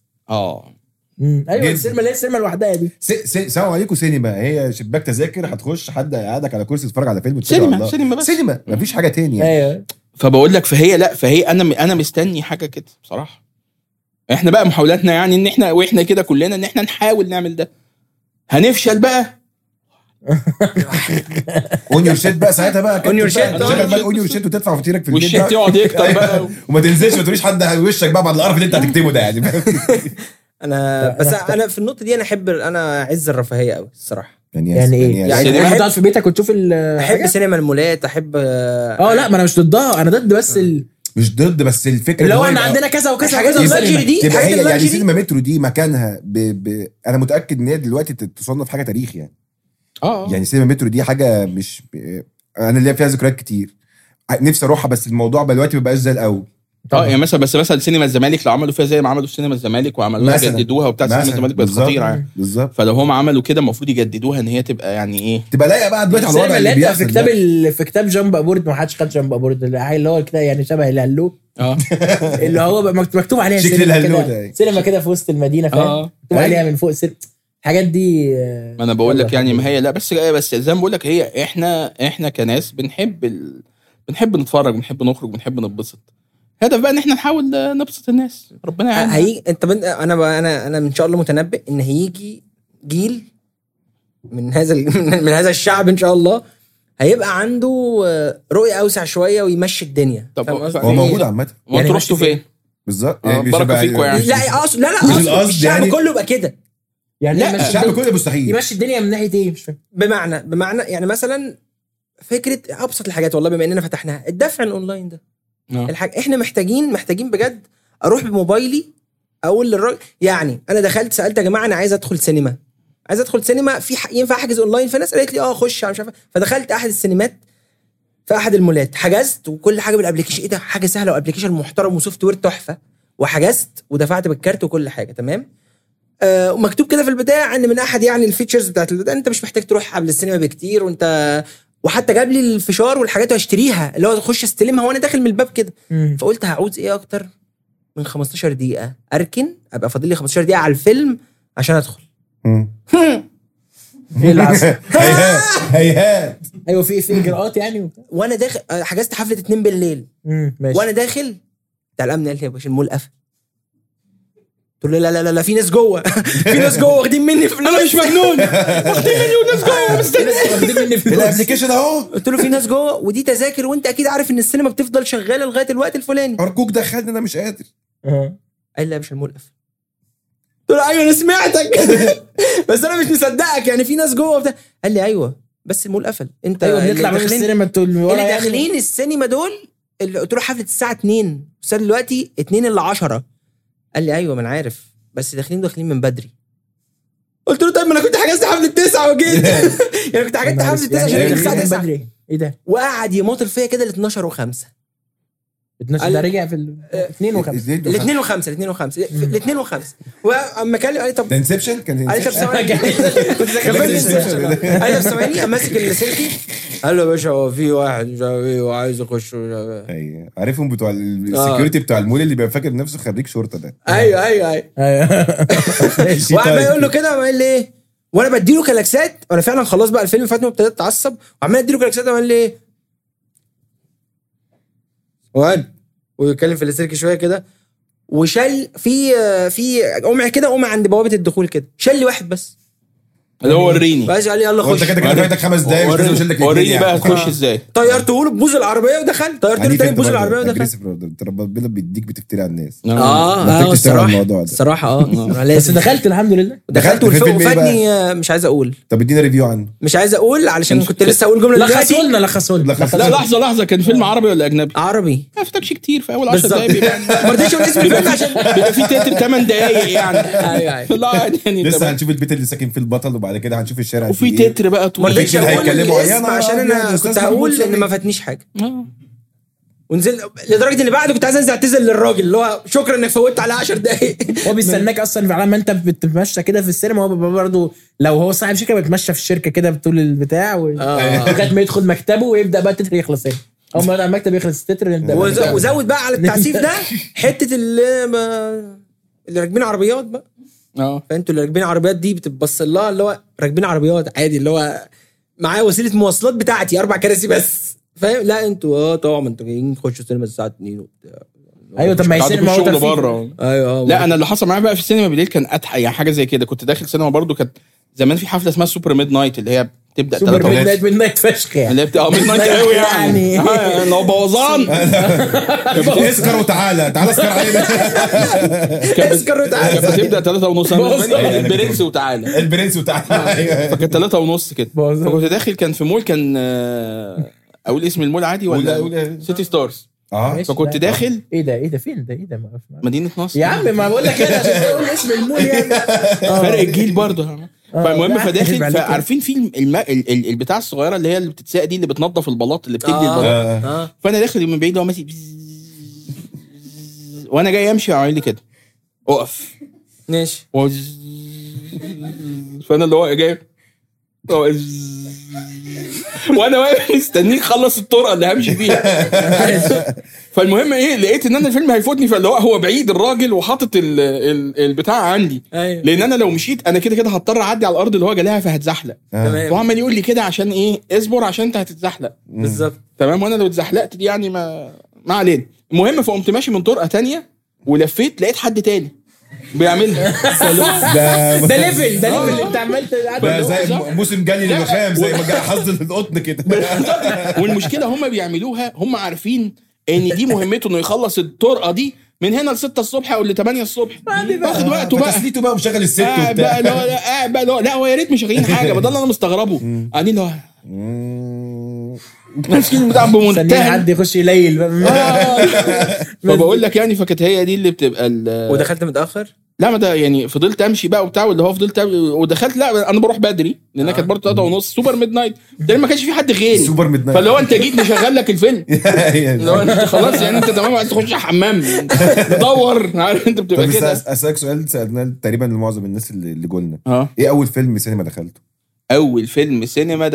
ايوه السينما اللي هي السينما لوحدها دي. سلام عليكم سينما، هي شباك تذاكر، هتخش حد قاعدك على كرسي تتفرج على فيلم. سينما بس، سينما مفيش حاجه تانية. ايوه. فبقول لك، فهي انا مستني حاجه كده بصراحه. احنا بقى محاولاتنا يعني ان احنا واحنا كده كلنا ان احنا نحاول نعمل ده. هنفشل بقى اون يور شيت بقى ساعتها بقى اون يور شيت، اون يور شيت وتدفع فاتورك في البيت، والشيت يقعد يكتر بقى وما تنزلش ما تقوليش حد وشك بقى بعد القرف اللي انت هتكتبه ده يعني. انا في النقطه دي انا اعز الرفاهيه قوي الصراحه. يعني ايه؟ يعني انت تقعد في بيتك وتشوف احب سينما المولات، احب لا ما انا مش ضدها، انا ضد بس مش ضد، بس الفكره اللي هو ان عندنا كذا وكذا وكذا. المانجري دي يعني سينما مترو دي مكانها انا متاكد ان هي دلوقتي تصنف حاجه تاريخ يعني. يعني سينما مترو دي حاجه مش انا اللي فيها ذكريات كتير نفسي اروحها، بس الموضوع دلوقتي ما بقاش زي الاول. يعني مثلا سينما الزمالك لو عملوا فيها زي ما عملوا في سينما الزمالك وعملوها جددوها وبتاع سينما الزمالك بقت خطيره يعني. بالظبط. فلو هم عملوا كده المفروض يجددوها ان هي تبقى يعني ايه، تبقى لايقه بقى دلوقتي على الوضع اللي بيحصل في كتاب جامب ابورد. ما حدش خد جامب ابورد اللي هو كده يعني شبه الهلو اللي هو مكتوب عليها سينما كده في وسط المدينه، فاهم؟ مكتوب عليها من فوق الحاجات دي. ما انا بقول لك يعني، ما هي لا بس زي ما بقول لك، هي احنا كناس بنحب نتفرج، بنحب نخرج، بنحب نتبسط. هدف بقى ان احنا نحاول نبسط الناس. ربنا يعيننا. انت انا ان شاء الله متنبئ ان هيجي جيل من هذا الشعب ان شاء الله هيبقى عنده رؤيه اوسع شويه ويمشي الدنيا. طب هو موجود عامه. وانتوا رحتوا فين بالظبط؟ يعني بركه فيكم يعني. لا اقصد لا الشعب يعني كله يبقى كده يعني. لا الشعب كله مستحيل يمشي الدنيا من ناحيه ايه؟ مش فاهم. بمعنى يعني مثلا فكره ابسط الحاجات، والله بما اننا فتحناها، الدفع الاونلاين ده الحاجة احنا محتاجين بجد. اروح بموبايلي اقول للراجل، يعني انا دخلت سالت يا جماعه انا عايز ادخل سينما في ينفع احجز اونلاين؟ فالناس قالت لي خش مش عارف. فدخلت احد السينمات في احد المولات، حجزت وكل حاجه بالابلكيشن. ايه ده، حاجه سهله وابلكيشن محترم وسوفت وير تحفه، وحجزت ودفعت بالكارت وكل حاجه تمام. ومكتوب كده في البدايه ان من احد يعني الفيتشرز بتاعت البدايه انت مش محتاج تروح قبل السينما بكتير، وحتى جاب لي الفشار والحاجات واشتريها، اللي هو اخش استلمها وانا داخل من الباب كده. فقلت هعوز ايه اكتر من 15 دقيقه اركن، ابقى فاضل لي 15 دقيقه على الفيلم عشان ادخل. ايه اللي حصل؟ هيهات ايوه في اجراءات يعني وبتاع. وانا داخل حجزت حفله 2 بالليل ماشي. وانا داخل بتاع الامن قال لي يا باشا المول قفل. قلت له لا في ناس جوه في ناس جوه واخدين مني فلوس. انا مش مجنون واخدين مني وناس جوه مستنيين. واخدين مني فلوس. الابلكيشن اهو، قلت له في ناس جوه ودي تذاكر وانت اكيد عارف ان السينما بتفضل شغاله لغايه الوقت الفلاني. ارجوك دخلني انا مش قادر. قال لي يا باشا المول قفل. قلت له ايوه انا سمعتك بس انا مش مصدقك يعني في ناس جوه وبتاع. قال لي ايوه بس المول قفل. انت ايوه اللي بنطلع من داخلين- السينما بتقول اللي ورا يعني. داخلين السينما دول اللي قلت له حفله الساعه 2 الساعه دلوقتي 2 الا 10. قال لي ايوه ما انا عارف بس داخلين من بدري. قلت له طيب ما انا كنت حجزت حفله 9 وجيت يعني كنت حجزت حفله 9 عشان يعني الساعه من 9. بدري. ايه ده؟ وقعد يماطل فيا كده ل 12 و5. 12 ده رجع في 2 و5. الاثنين وخمسه الاثنين وخمسه واما كان قال لي طب ده انسبشن كان قال لي طب Inception. ثواني كنت ذاكر قال لي طب ثواني ماسك السلكي قال له يا باشا هو في واحد مش عارف ايه وعايز يخش ايوه عارفهم بتوع السكيورتي بتاع المول اللي بيبقى فاكر نفسه خريج شرطه ده. ايوه وقعد بقى يقول له كده وقال لي ايه وانا بديله كلاكسات وانا فعلا خلاص بقى الفيلم فاتني وابتديت اتعصب وعمال اديله كلاكسات وقال لي ايه ويتكلم في السلك شويه كده وشال في قمع كده قمع عند بوابه الدخول كده شال لي واحد بس اللي هو وريني بس قال لي يلا وانت خش كده فايتك 5 دقايق مش لازم اشيلك وريني بقى هتخش ازاي. طيرته له ببوز العربيه ودخلت طيرت له تاني ببوز العربيه ودخلت ربنا بيديك بتفتري على الناس. اه تشتغل على الموضوع ده. الصراحه بس لازم دخلت الحمد لله. دخلت في فيلم إيه وفاتني مش عايز اقول طب ادينا ريفيو عنه. مش عايز اقول علشان كنت لسه اقول جمله لخصوا دلوقتي لنا لخصوا لنا. لا لحظه كان فيلم عربي ولا اجنبي؟ عربي ما فاتكش كتير في اول 10 دقايق بيبقى ما رضيتش اقول اسم الفيلم عشان بيبقى في تتر 8 دقايق يعني. ايوه لا يعني لسه هنشوف البيت اللي ساكن فيه البطل وبعد كده هنشوف الشارع وفي فيه إيه. تتر بقى ما طويل. رضيتش اقول هيتكلموا الاسم عليها. عشان انا أستاذ كنت محمود هقول ان سامي. ما فاتنيش حاجه ونزل لدرجه ان بعد كنت عايز انزل اعتذر للراجل اللي هو شكرا انك فوتت على 10 دقايق هو بيستناك اصلا على ما انت بتتمشى كده في السينما. هو بيبقى برضه لو هو صاحب شركه بيتمشى في الشركه كده بطول البتاع لغايه ما يدخل مكتبه ويبدا بقى التتر يخلص هنا. اول ما المكتب يخلص التتر نبدا وزود بقى على التعسيف ده حته اللي راكبين عربيات بقى. فانتوا اللي راكبين عربيات دي بتبص لها اللي هو راكبين عربيات عادي اللي هو معايا وسيله مواصلات بتاعتي 4 كراسي بس فاهم. لا انتوا طبعا انتوا جايين تخشوا السينما الساعه 2 وبتاع. ايوه طب ما هي السينما هو الشغل بره. ايوه لا انا اللي حصل معايا بقى في السينما بالليل كان اضحك يعني حاجه زي كده. كنت داخل سينما برضو كانت زمان في حفله اسمها سوبر ميد نايت اللي هي بتبدا سوبر 3 ونص ميد نايت فشخ يعني. اللي هي بتبقى ميد نايت قوي يعني لو بوظان اسكر وتعالى اسكر علينا. اسكر وتعالى كانت بتبدا 3 ونص البرنس وتعالى البرنس وتعالى فكانت 3 ونص كده. فكنت داخل كان في مول كان اقول اسم المول عادي ولا سيتي ستارز. فكنت داخل ايه ده فين ده مدينه نصر يا عم ما بقول لك كده عشان تقول اسم المول يعني. فرق الجيل برضه. فالمهم فداخل فعارفين في البتاع الصغيره اللي هي اللي بتتساق دي اللي بتنظف البلاط اللي بتجلي البلاط. فانا داخل من بعيد هو ماشي وانا جاي امشي وعامل لي كده اقف ماشي. فانا اللي هو جاي وانا واقف مستنيك خلص الطرقه اللي همشي فيها. فالمهم ايه لقيت ان انا الفيلم هيفوتني فاللي هو بعيد الراجل وحاطط البتاع عندي. لان انا لو مشيت انا كده هضطر اعدي على الارض اللي هو جالها فهتزحلق. وعمال يقول لي كده عشان ايه اصبر عشان انت هتتزحلق بالظبط تمام. وانا لو اتزحلقت دي يعني ما علينا. المهم فقمت ماشي من طرقه تانية ولفيت لقيت حد تاني بيعملها. ده ليفل انت عملت زي موسم جالي للخام زي ما جاي حظ القطن كده. والمشكله هم بيعملوها هم عارفين ان دي مهمته انه يخلص الطرقه دي من هنا ل 6 الصبح او ل 8 الصبح. باخد وقته بقى تسليته بقى ومشغل الست وبتاع. لا هو يا ريت مشغلين حاجه بدل انا مستغربه قاعدين له مسكين بتاع بمنتهى حد يخش يليل فبقول لك يعني فكانت هي دي اللي بتبقى ودخلت متاخر. لا ما ده يعني فضلت امشي بقى وبتاع واللي هو فضلت ودخلت. لا انا بروح بدري لان كانت برضه 3 ونص سوبر ميد نايت ده ما كانش في حد غيري سوبر ميد نايت. فاللي هو انت جيت نشغل لك الفيلم اللي هو انت خلاص يعني انت تمام عايز تخش حمام تدور عارف انت بتبقى كده. اسالك سؤال سالناه تقريبا لمعظم الناس اللي جولنا. ايه اول فيلم سينما دخلته؟ اول فيلم سينما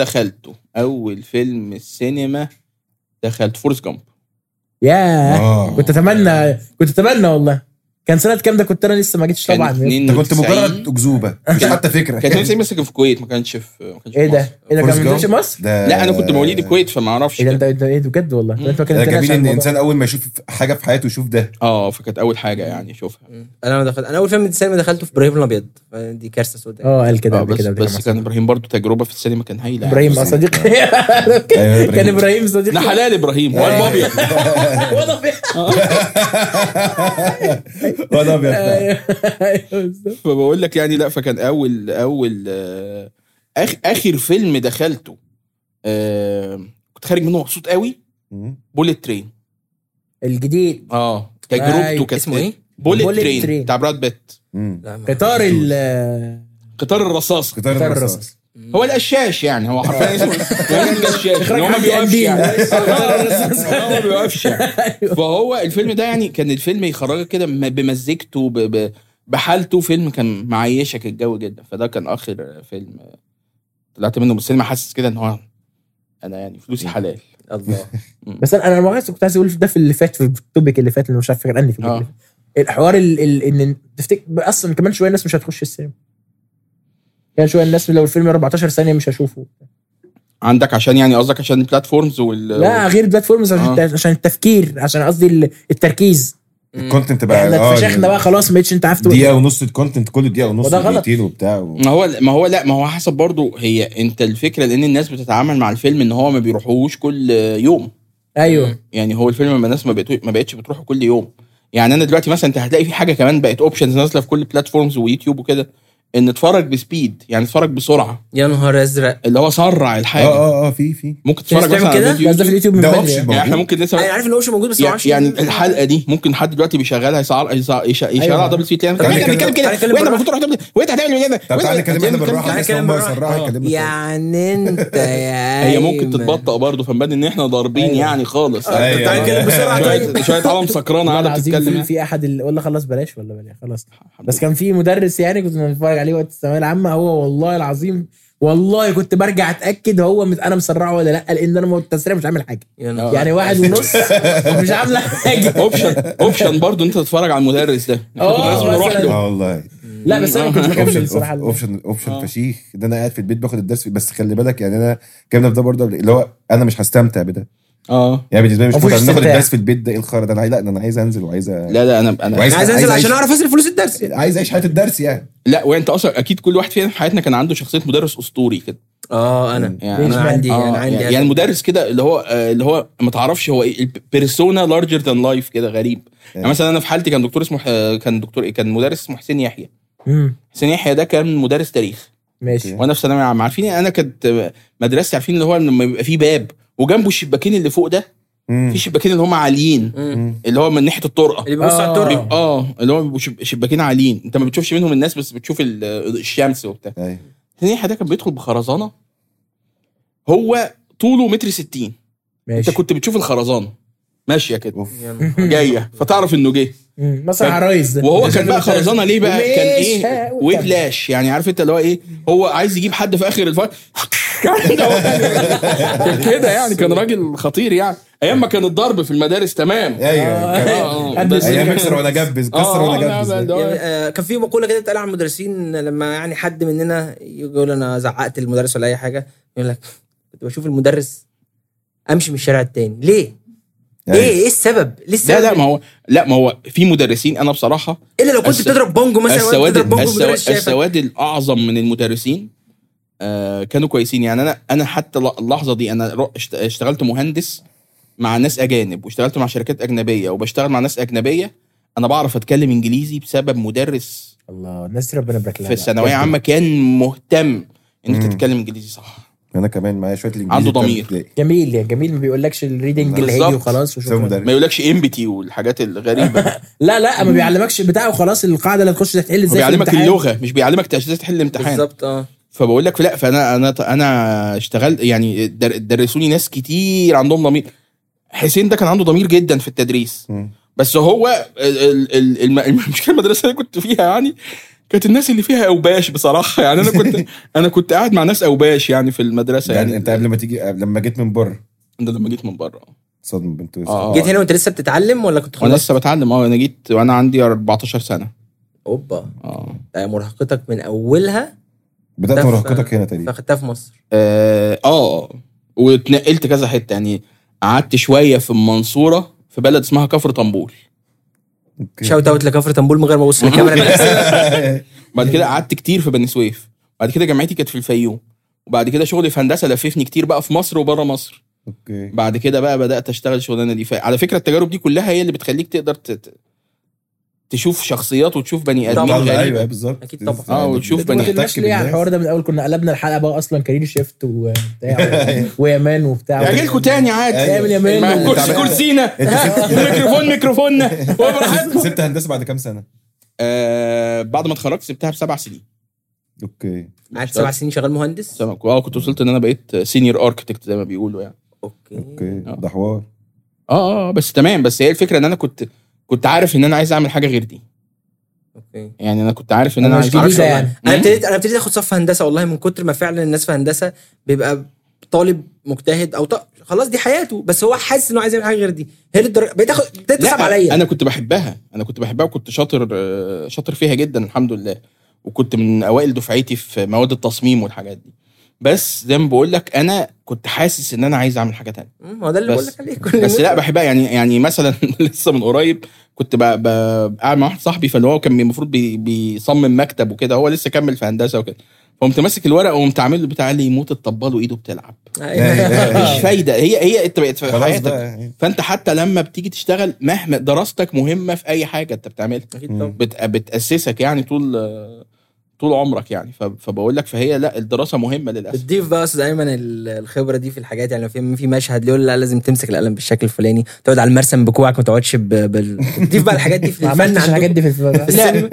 دخلت فورست جامب. كنت اتمنى والله. كان سنه كام ده؟ كنت انا لسه ما جيتش طبعا. انت كنت مجرد اكذوبه مش حتى فكره. كان 92 بس كان في الكويت، ما كانش في ايه ده كان من مصر؟ لا انا كنت مواليد الكويت فما اعرفش. ايه ده انت ايه بجد والله؟ انت ما كان جميل ان الانسان اول ما يشوف حاجه في حياته يشوف ده. فكانت اول حاجه يعني اشوفها. انا اول فيلم السينما دخلته في ابراهيم الابيض، دي كارثه سوداء. قال كده بس كان ابراهيم برضو تجربه في السينما كان هايله. ابراهيم صديقي كان ابراهيم صديقي. حلال ابراهيم هو الابيض وانا ابيض. فبقول لك يعني لا، فكان اول اخر فيلم دخلته كنت خارج منه مبسوط قوي، بوليت ترين الجديد. تجربته كانت اسمه ايه؟ بوليت ترين بتاع براد بيت. قطار الرصاص. هو القشاش يعني، هو حرفيا اسمه القشاش، هو ما بيوقفش يعني. هو ما بيوقفش يعني. فهو الفيلم ده يعني كان الفيلم يخرجك كده بمزجته بحالته، فيلم كان معيشك الجو جدا. فده كان اخر فيلم طلعت منه بالسينما حاسس كده ان هو انا يعني فلوسي حلال. الله. بس انا ما كنت عايز اقول ده في اللي فات، في التوبيك اللي فات اللي مش عارف فاكر اني في الحوار ان تفتكر اصلا كمان شويه الناس مش هتخش السينما. يعني شويه الناس لو الفيلم 14 ثانيه مش هشوفه. عندك عشان يعني قصدك عشان البلاتفورمز لا غير البلاتفورمز عشان التفكير، عشان قصدي التركيز. الكونتنت بقى احنا اتفشخنا بقى خلاص، ما بقتش انت عارف دقيقه ونص الكونتنت كله دقيقه ونص دقيقتين وبتاع ما هو حسب برضو. هي انت الفكره لان الناس بتتعامل مع الفيلم ان هو ما بيروحوش كل يوم. ايوه يعني هو الفيلم ما الناس ما بقتش بتروحوا كل يوم. يعني انا دلوقتي مثلا انت هتلاقي في حاجه كمان بقت اوبشنز نازله في كل بلاتفورمز ويوتيوب وكده، ان اتفرج بسبيد، يعني اتفرج بسرعه. يا نهار ازرق، اللي هو سرع الحاجه. في ممكن تتفرج مثلا كده بس ده في اليوتيوب من بدري. يعني احنا ممكن لسه انا عارف ان الاوبشن موجود بس يعني الحلقه دي ممكن حد دلوقتي بيشغلها يشغلها دبل سي تلاقي بنتكلم كده واحنا المفروض نروح وانت هتعمل ايه. طب تعالى نتكلم بالراحه يعني انت هي ممكن تتبطئ برضه، فنبان ان احنا ضاربين يعني خالص. تعالى نتكلم بسرعه. شويه عالم سكرانه قاعده بتتكلم. في احد ولا خلاص بلاش خلاص. بس كان في مدرس يعني كنت بنتفرج عليه وقت الثانويه العامه، هو والله العظيم والله كنت برجع اتاكد هو انا مسرعه ولا لا، لان انا التسريع مش عامل حاجه يعني 1.5 مش عامله حاجه. اوبشن برضه انت تتفرج على المدرس ده. لازم نروح له والله. لا بس انا كنت بكمل صراحه. اوبشن فشيخ ده. انا قاعد في البيت باخد الدرس بس خلي بالك يعني انا كنا في ده برضه اللي هو انا مش هستمتع بده. يعني بالنسبه لي مش ممكن ناخد الدرس في البيت ده. ايه الخرا ده؟ انا عايز انزل وعايز لا انا عايز انزل عشان اعرف اصرف فلوس الدرس، عايز اعيش حياه الدرس يعني. لا وانت اصلا اكيد كل واحد فينا في حياتنا كان عنده شخصيه مدرس اسطوري كده. انا يعني انا عندي يعني المدرس كده اللي هو ما تعرفش هو ايه، البيرسونا لارجر ذان لايف كده غريب. يعني مثلا انا في حالتي كان مدرس اسمه حسين يحيى. حسين يحيى ده كان مدرس تاريخ ماشي. وانا في ثانويه عامه عارفين انا كنت مدرستي عارفين اللي هو لما بيبقى فيه باب وجنبه الشباكين اللي فوق ده في شباكين اللي هم عاليين اللي هو من ناحيه الطرقه اللي بيبصوا على الطرقه اللي هو شباكين عاليين انت ما بتشوفش منهم الناس بس بتشوف الشمس وبتاع. حسين يحيى ده كان بيدخل بخرزانه هو طوله 1.60 متر. انت كنت بتشوف الخرزانه ماشيه كده جايه فتعرف انه جه مثلا عرايس ده. وهو كان بقى خرزانه ليه بقى كان ايه ويبلاش يعني عارف انت اللي هو ايه هو عايز يجيب حد في اخر الفايت كده يعني كان راجل خطير يعني ايام ما كان الضرب في المدارس تمام. ايوه ايام اكسر ولا جبز كسر ولا جبز. كان في مقوله كده بتقال على المدرسين لما يعني حد مننا يقول انا زعقت المدرس ولا اي حاجه يقول لك كنت بشوف المدرس امشي من الشارع التاني ليه؟ ايه السبب؟ ليه السبب؟ لا ما هو في مدرسين انا بصراحه الا لو كنت بتضرب بونجو مثلا السواد الاعظم من المدرسين كانوا كويسين يعني. انا حتى اللحظه دي انا اشتغلت مهندس مع ناس اجانب واشتغلت مع شركات اجنبيه وبشتغل مع ناس اجنبيه. انا بعرف اتكلم انجليزي بسبب مدرس الله الناس ربنا يبارك لها في الثانويه عامه كان مهتم ان انت تتكلم انجليزي صح. انا كمان معايا شويه الانجليزي عنده ضمير جميل ما بيقولكش الريدنج اللي هيجي وخلاص ما يقولكش امبتي والحاجات الغريبه لا ما بيعلمكش بتاعه وخلاص القاعده اللي تخش تحل ازاي بيعلمك اللغه مش بيعلمك ازاي تحل الامتحان بالظبط. فبقول لك لا فانا اشتغلت يعني درسوني ناس كتير عندهم ضمير. حسين ده كان عنده ضمير جدا في التدريس بس هو المشكله المدرسه اللي كنت فيها يعني كانت الناس اللي فيها اوباش بصراحه يعني انا كنت قاعد مع ناس اوباش يعني في المدرسه يعني انت قبل ما تيجي لما جيت من بره لما جيت من بره صدمه بنت وسط. جيت هنا وانت لسه بتتعلم ولا كنت وانا خلاص؟ لسه بتعلم. انا جيت وانا عندي 14 سنه. اوبا. مراهقتك من اولها بدات مراهقتك هنا تقريبا فاخدتها في مصر. واتنقلت كذا حته يعني. قعدت شويه في المنصوره في بلد اسمها كفر طنبول. شاوت اوت لكفر طنبول من غير ما ابص للكاميرا. بعد كده قعدت كتير في بني سويف. بعد كده جامعتي كانت في الفيوم. وبعد كده شغلي في هندسه لففني كتير بقى في مصر وبره مصر. اوكي. بعد كده بقى بدات اشتغل الشغلانه دي. على فكره التجارب دي كلها هي اللي بتخليك تقدر تشوف شخصيات وتشوف بني ادمين ايوه غريبه. بالظبط اكيد طبعا. وتشوف ما قلناش ليه على الحوار ده من الاول؟ كنا قلبنا الحلقه بقى اصلا كارير شيفت وبتاع ويمان وبتاع. اجي لكم تاني عادي. اعمل يمان كرسينا ميكروفون سبت هندسه بعد كام سنه؟ بعد ما اتخرجت سبتها ب7 سنين. اوكي. قعدت 7 سنين شغال مهندس. كنت وصلت ان انا بقيت سينيور اركتكت زي ما بيقولوا يعني. اوكي ده حوار. بس تمام. بس هي الفكره ان انا كنت عارف ان انا عايز اعمل حاجه غير دي. اوكي. يعني انا كنت عارف ان انا عايز جديدة يعني. انا ابتديت اخد صف هندسه والله من كتر ما فعلا الناس في هندسه بيبقى طالب مجتهد او خلاص دي حياته، بس هو حاسس انه عايز يعمل حاجه غير دي. هي الدرجه بقيت تصعب عليا. انا كنت بحبها وكنت شاطر فيها جدا الحمد لله. وكنت من اوائل دفعتي في مواد التصميم والحاجات دي. بس زي ما بقول لك انا كنت حاسس ان انا عايز اعمل حاجه تانية. هو ده اللي بقول لك عليه. بس لا بحبها يعني مثلا لسه من قريب كنت قاعد مع واحد صاحبي فهو كان المفروض بيصمم مكتب وكده. هو لسه كمل في هندسه وكده. فقمت ماسك الورق وقمت عامل له بتاع اللي يموت الطبال وايده بتلعب. مش فايده. هي انت بقيت في حياتك. فانت حتى لما بتيجي تشتغل مهما دراستك مهمه في اي حاجه انت بتعملها بتاسسك يعني طول عمرك يعني. فبقول لك فهي لا الدراسه مهمه للاسف. بتضيف بقى استاذ ايمن الخبره دي في الحاجات. يعني لو في مشهد يقول لا لازم تمسك القلم بالشكل الفلاني، تقعد على المرسم بكوعك ما تقعدش بتضيف بقى الحاجات دي في الفن. الحاجات دي في لا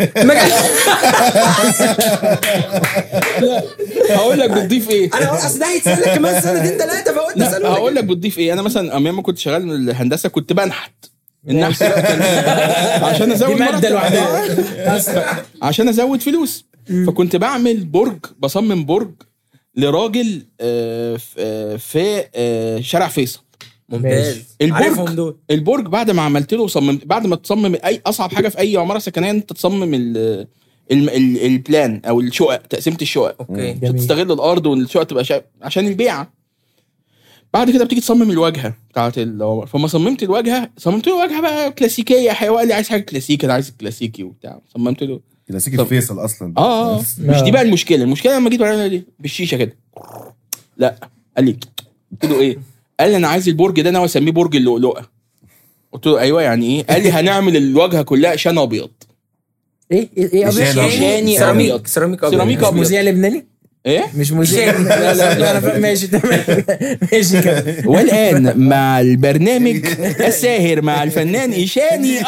هقول لك بتضيف ايه. انا اصل ده هيتسالك كمان سنتين 3 فقلت اساله. هقول لك بتضيف ايه. انا مثلا ايام كنت شغال الهندسه كنت بنحت النحت عشان ازود ماده لوحدها عشان ازود فلوس. فكنت بعمل بصمم برج لراجل في شارع فيصل. ممتاز. البرج بعد ما عملت له بعد ما تصمم اي اصعب حاجه في اي عماره سكنيه انت تصمم البلان او الشقق، تقسيمه الشقق. اوكي. تستغل الارض والشقق تبقى عشان البيعه. بعد كده بتيجي تصمم الواجهه بتاعت فما صممت الواجهه بقى كلاسيكيه. حيوان اللي عايز حاجه كلاسيكيه انا عايز كلاسيكي وبتاع. صممت له كلاسيكي فيصل اصلا. مش دي بقى المشكله لما جيت بعملها دي بالشيشه كده. لا قال لي قلت له ايه؟ قال لي انا عايز البرج ده انا اسميه برج اللؤلؤه. قلت له ايوه يعني ايه؟ قال لي هنعمل الواجهه كلها شان ابيض. ايه ابيض؟ سيراميك ابيض. مذيع لبناني ايه مش مذيع. لا ماشي تمام ماشي كده. والان مع البرنامج الساهر مع الفنان إيشاني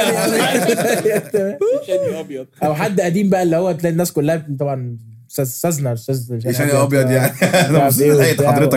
ابيض. او حد قديم بقى اللي هو تلاقي الناس كلها طبعا استاذنا إيشاني ابيض يعني. انا مبسوط حضرتك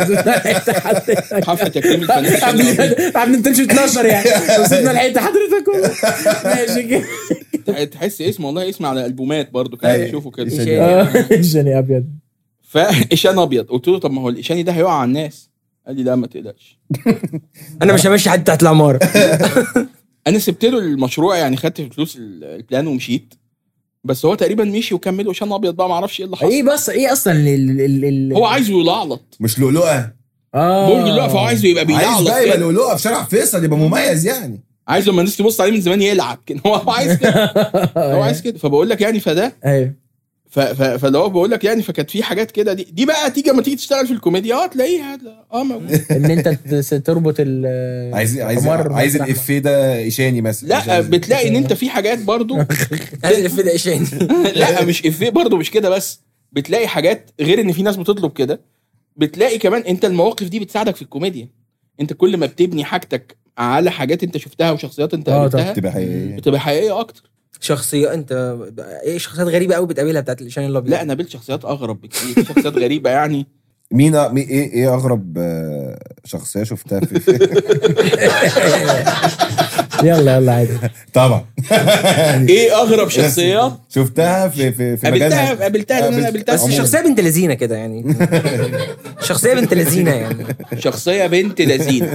حفله تكريم الفنان. عم تمشي 12 يعني وصلنا لحته حضرتك ماشي كده. تحس اسمه والله اسم على البومات برضو كانوا يشوفوا كده إيشاني ابيض. فإيشان ابيض. قلت له طب ما هو الإيشاني ده هيقع على الناس. قال لي لا ما تقلقش انا مش همشي حد تحت العماره. انا سبت له المشروع يعني خدت فلوس البلان ومشيت. بس هو تقريبا مشي وكمل إيشان ابيض بقى ما اعرفش ايه اللي حصل. ايه اصلا هو عايزه يلعلط مش لؤلؤه. برج اللؤلؤه فهو عايزه يبقى بيلعلط. عايز يبقى لؤلؤه في شارع فيصل يبقى مميز يعني. عايز لما الناس تبص عليه من زمان يلعب كده. هو عايز كده فبقول لك يعني فده ايوه. فلو بقول لك يعني فكانت في حاجات كده دي بقى تيجي لما تيجي تشتغل في الكوميديا تلاقيها موجود. ان انت تربط عايز الافيه ده إيشاني مثلا. لا بتلاقي ان انت في حاجات برضو عايز الافيه ده إيشاني. لا مش افيه برضو مش كده بس. بتلاقي حاجات غير ان في ناس بتطلب كده. بتلاقي كمان انت المواقف دي بتساعدك في الكوميديا. انت كل ما بتبني حاجتك على حاجات انت شفتها وشخصيات انت قابلتها بتبقى حقيقيه اكتر. شخصيه انت ايه شخصيات غريبه قوي بتقابلها بتاعت الإيشاني الابيض؟ لا انا قابلت شخصيات اغرب بكتير. شخصيات غريبه يعني. مين ايه اغرب شخصيه شفتها في يلا عادي. طبعا. ايه اغرب شخصيات شفتها في مجالها؟ قابلتها انا قابلتها بس شخصيه بنت لذينه كده يعني. شخصيه بنت لذينه يعني. شخصيه بنت لذينه.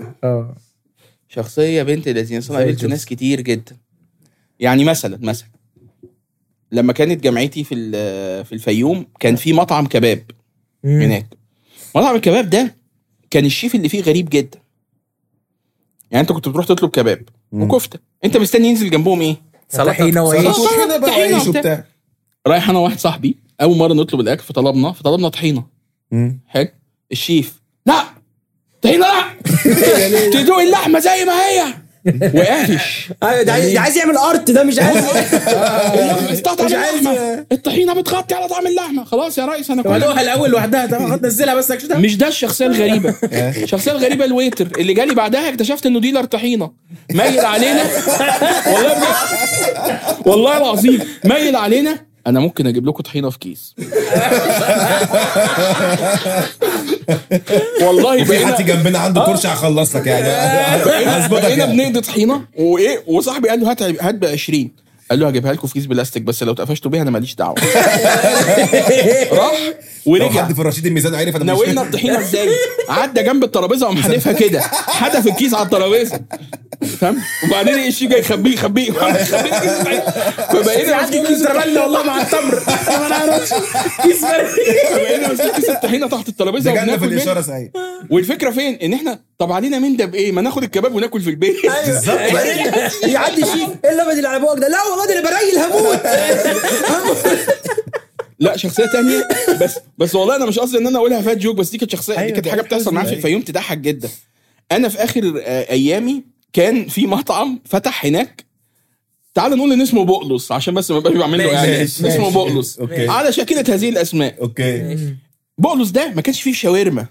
شخصيه بنت لذينه. انا قابلت ناس كتير جدا. يعني مثلا لما كانت جامعتي في الفيوم كان في مطعم كباب هناك. مطعم الكباب ده كان الشيف اللي فيه غريب جدا. يعني انت كنت بتروح تطلب كباب وكفته، انت مستني ينزل جنبهم ايه؟ طحينه وعيش. طحينه وبتاع. رايح انا واحد صاحبي اول مره نطلب الاكل فطلبنا طحينه. حلو. الشيف لا طحينه لا تدوق اللحمه زي ما هي وقافش. ده عايز يعمل ارت، ده مش عايز. استقطع اللحمه، الطحينه بتغطي على طعم اللحمه. خلاص يا ريس انا قالوها الاول لوحدها، طب نزلها بس كده. مش ده الشخصيه الغريبه. الشخصيه الغريبه الويتر اللي جالي بعدها اكتشفت انه ديلر طحينه مايل علينا. والله العظيم مايل علينا. انا ممكن اجيب لكم طحينه في كيس. والله في حد جنبنا عنده كرشه هخلص لك يعني. بقينا بنقضي طحينه وايه، وصاحبي قال له هات ب 20. قال له هجيبها لكم في كيس بلاستيك بس لو اتقفشتوا بيها انا ماليش دعوه. راح ورجع. حد في الرشيد الميزان عارف انا ناولنا الطحينه ازاي؟ عدى جنب الترابيزه وقام حادفها كده، حدف الكيس على الترابيزه فاهم. وبعدين الشيء جاي يخبيه فبقينا ماسكين كيس الترابيزه والله مع التمر. ما اعرفش كيس بقينا ماسكين كيس الطحينه تحت الترابيزه وبناكل في الاشاره سعيد. والفكره فين؟ ان احنا طب علينا من ده بايه؟ ما ناخد الكباب وناكل في البيت. بالظبط. يعدي شيء ايه اللبن اللي على بوقك ده؟ لا والله ده انا بريل هموت. لا شخصيه تانية بس والله انا مش قصدي ان انا اقولها فات جوك، بس دي كانت شخصيه. دي كانت حاجه بتحصل معايا في الفيوم تضحك جدا. انا في اخر ايامي كان في مطعم فتح هناك، تعال نقول ان اسمه بقلص عشان بس ما يبقاش بعمل له يعني اسمه بقلص على شاكله هذه الاسماء. اوكي. بقلص ده ما كانش فيه شاورما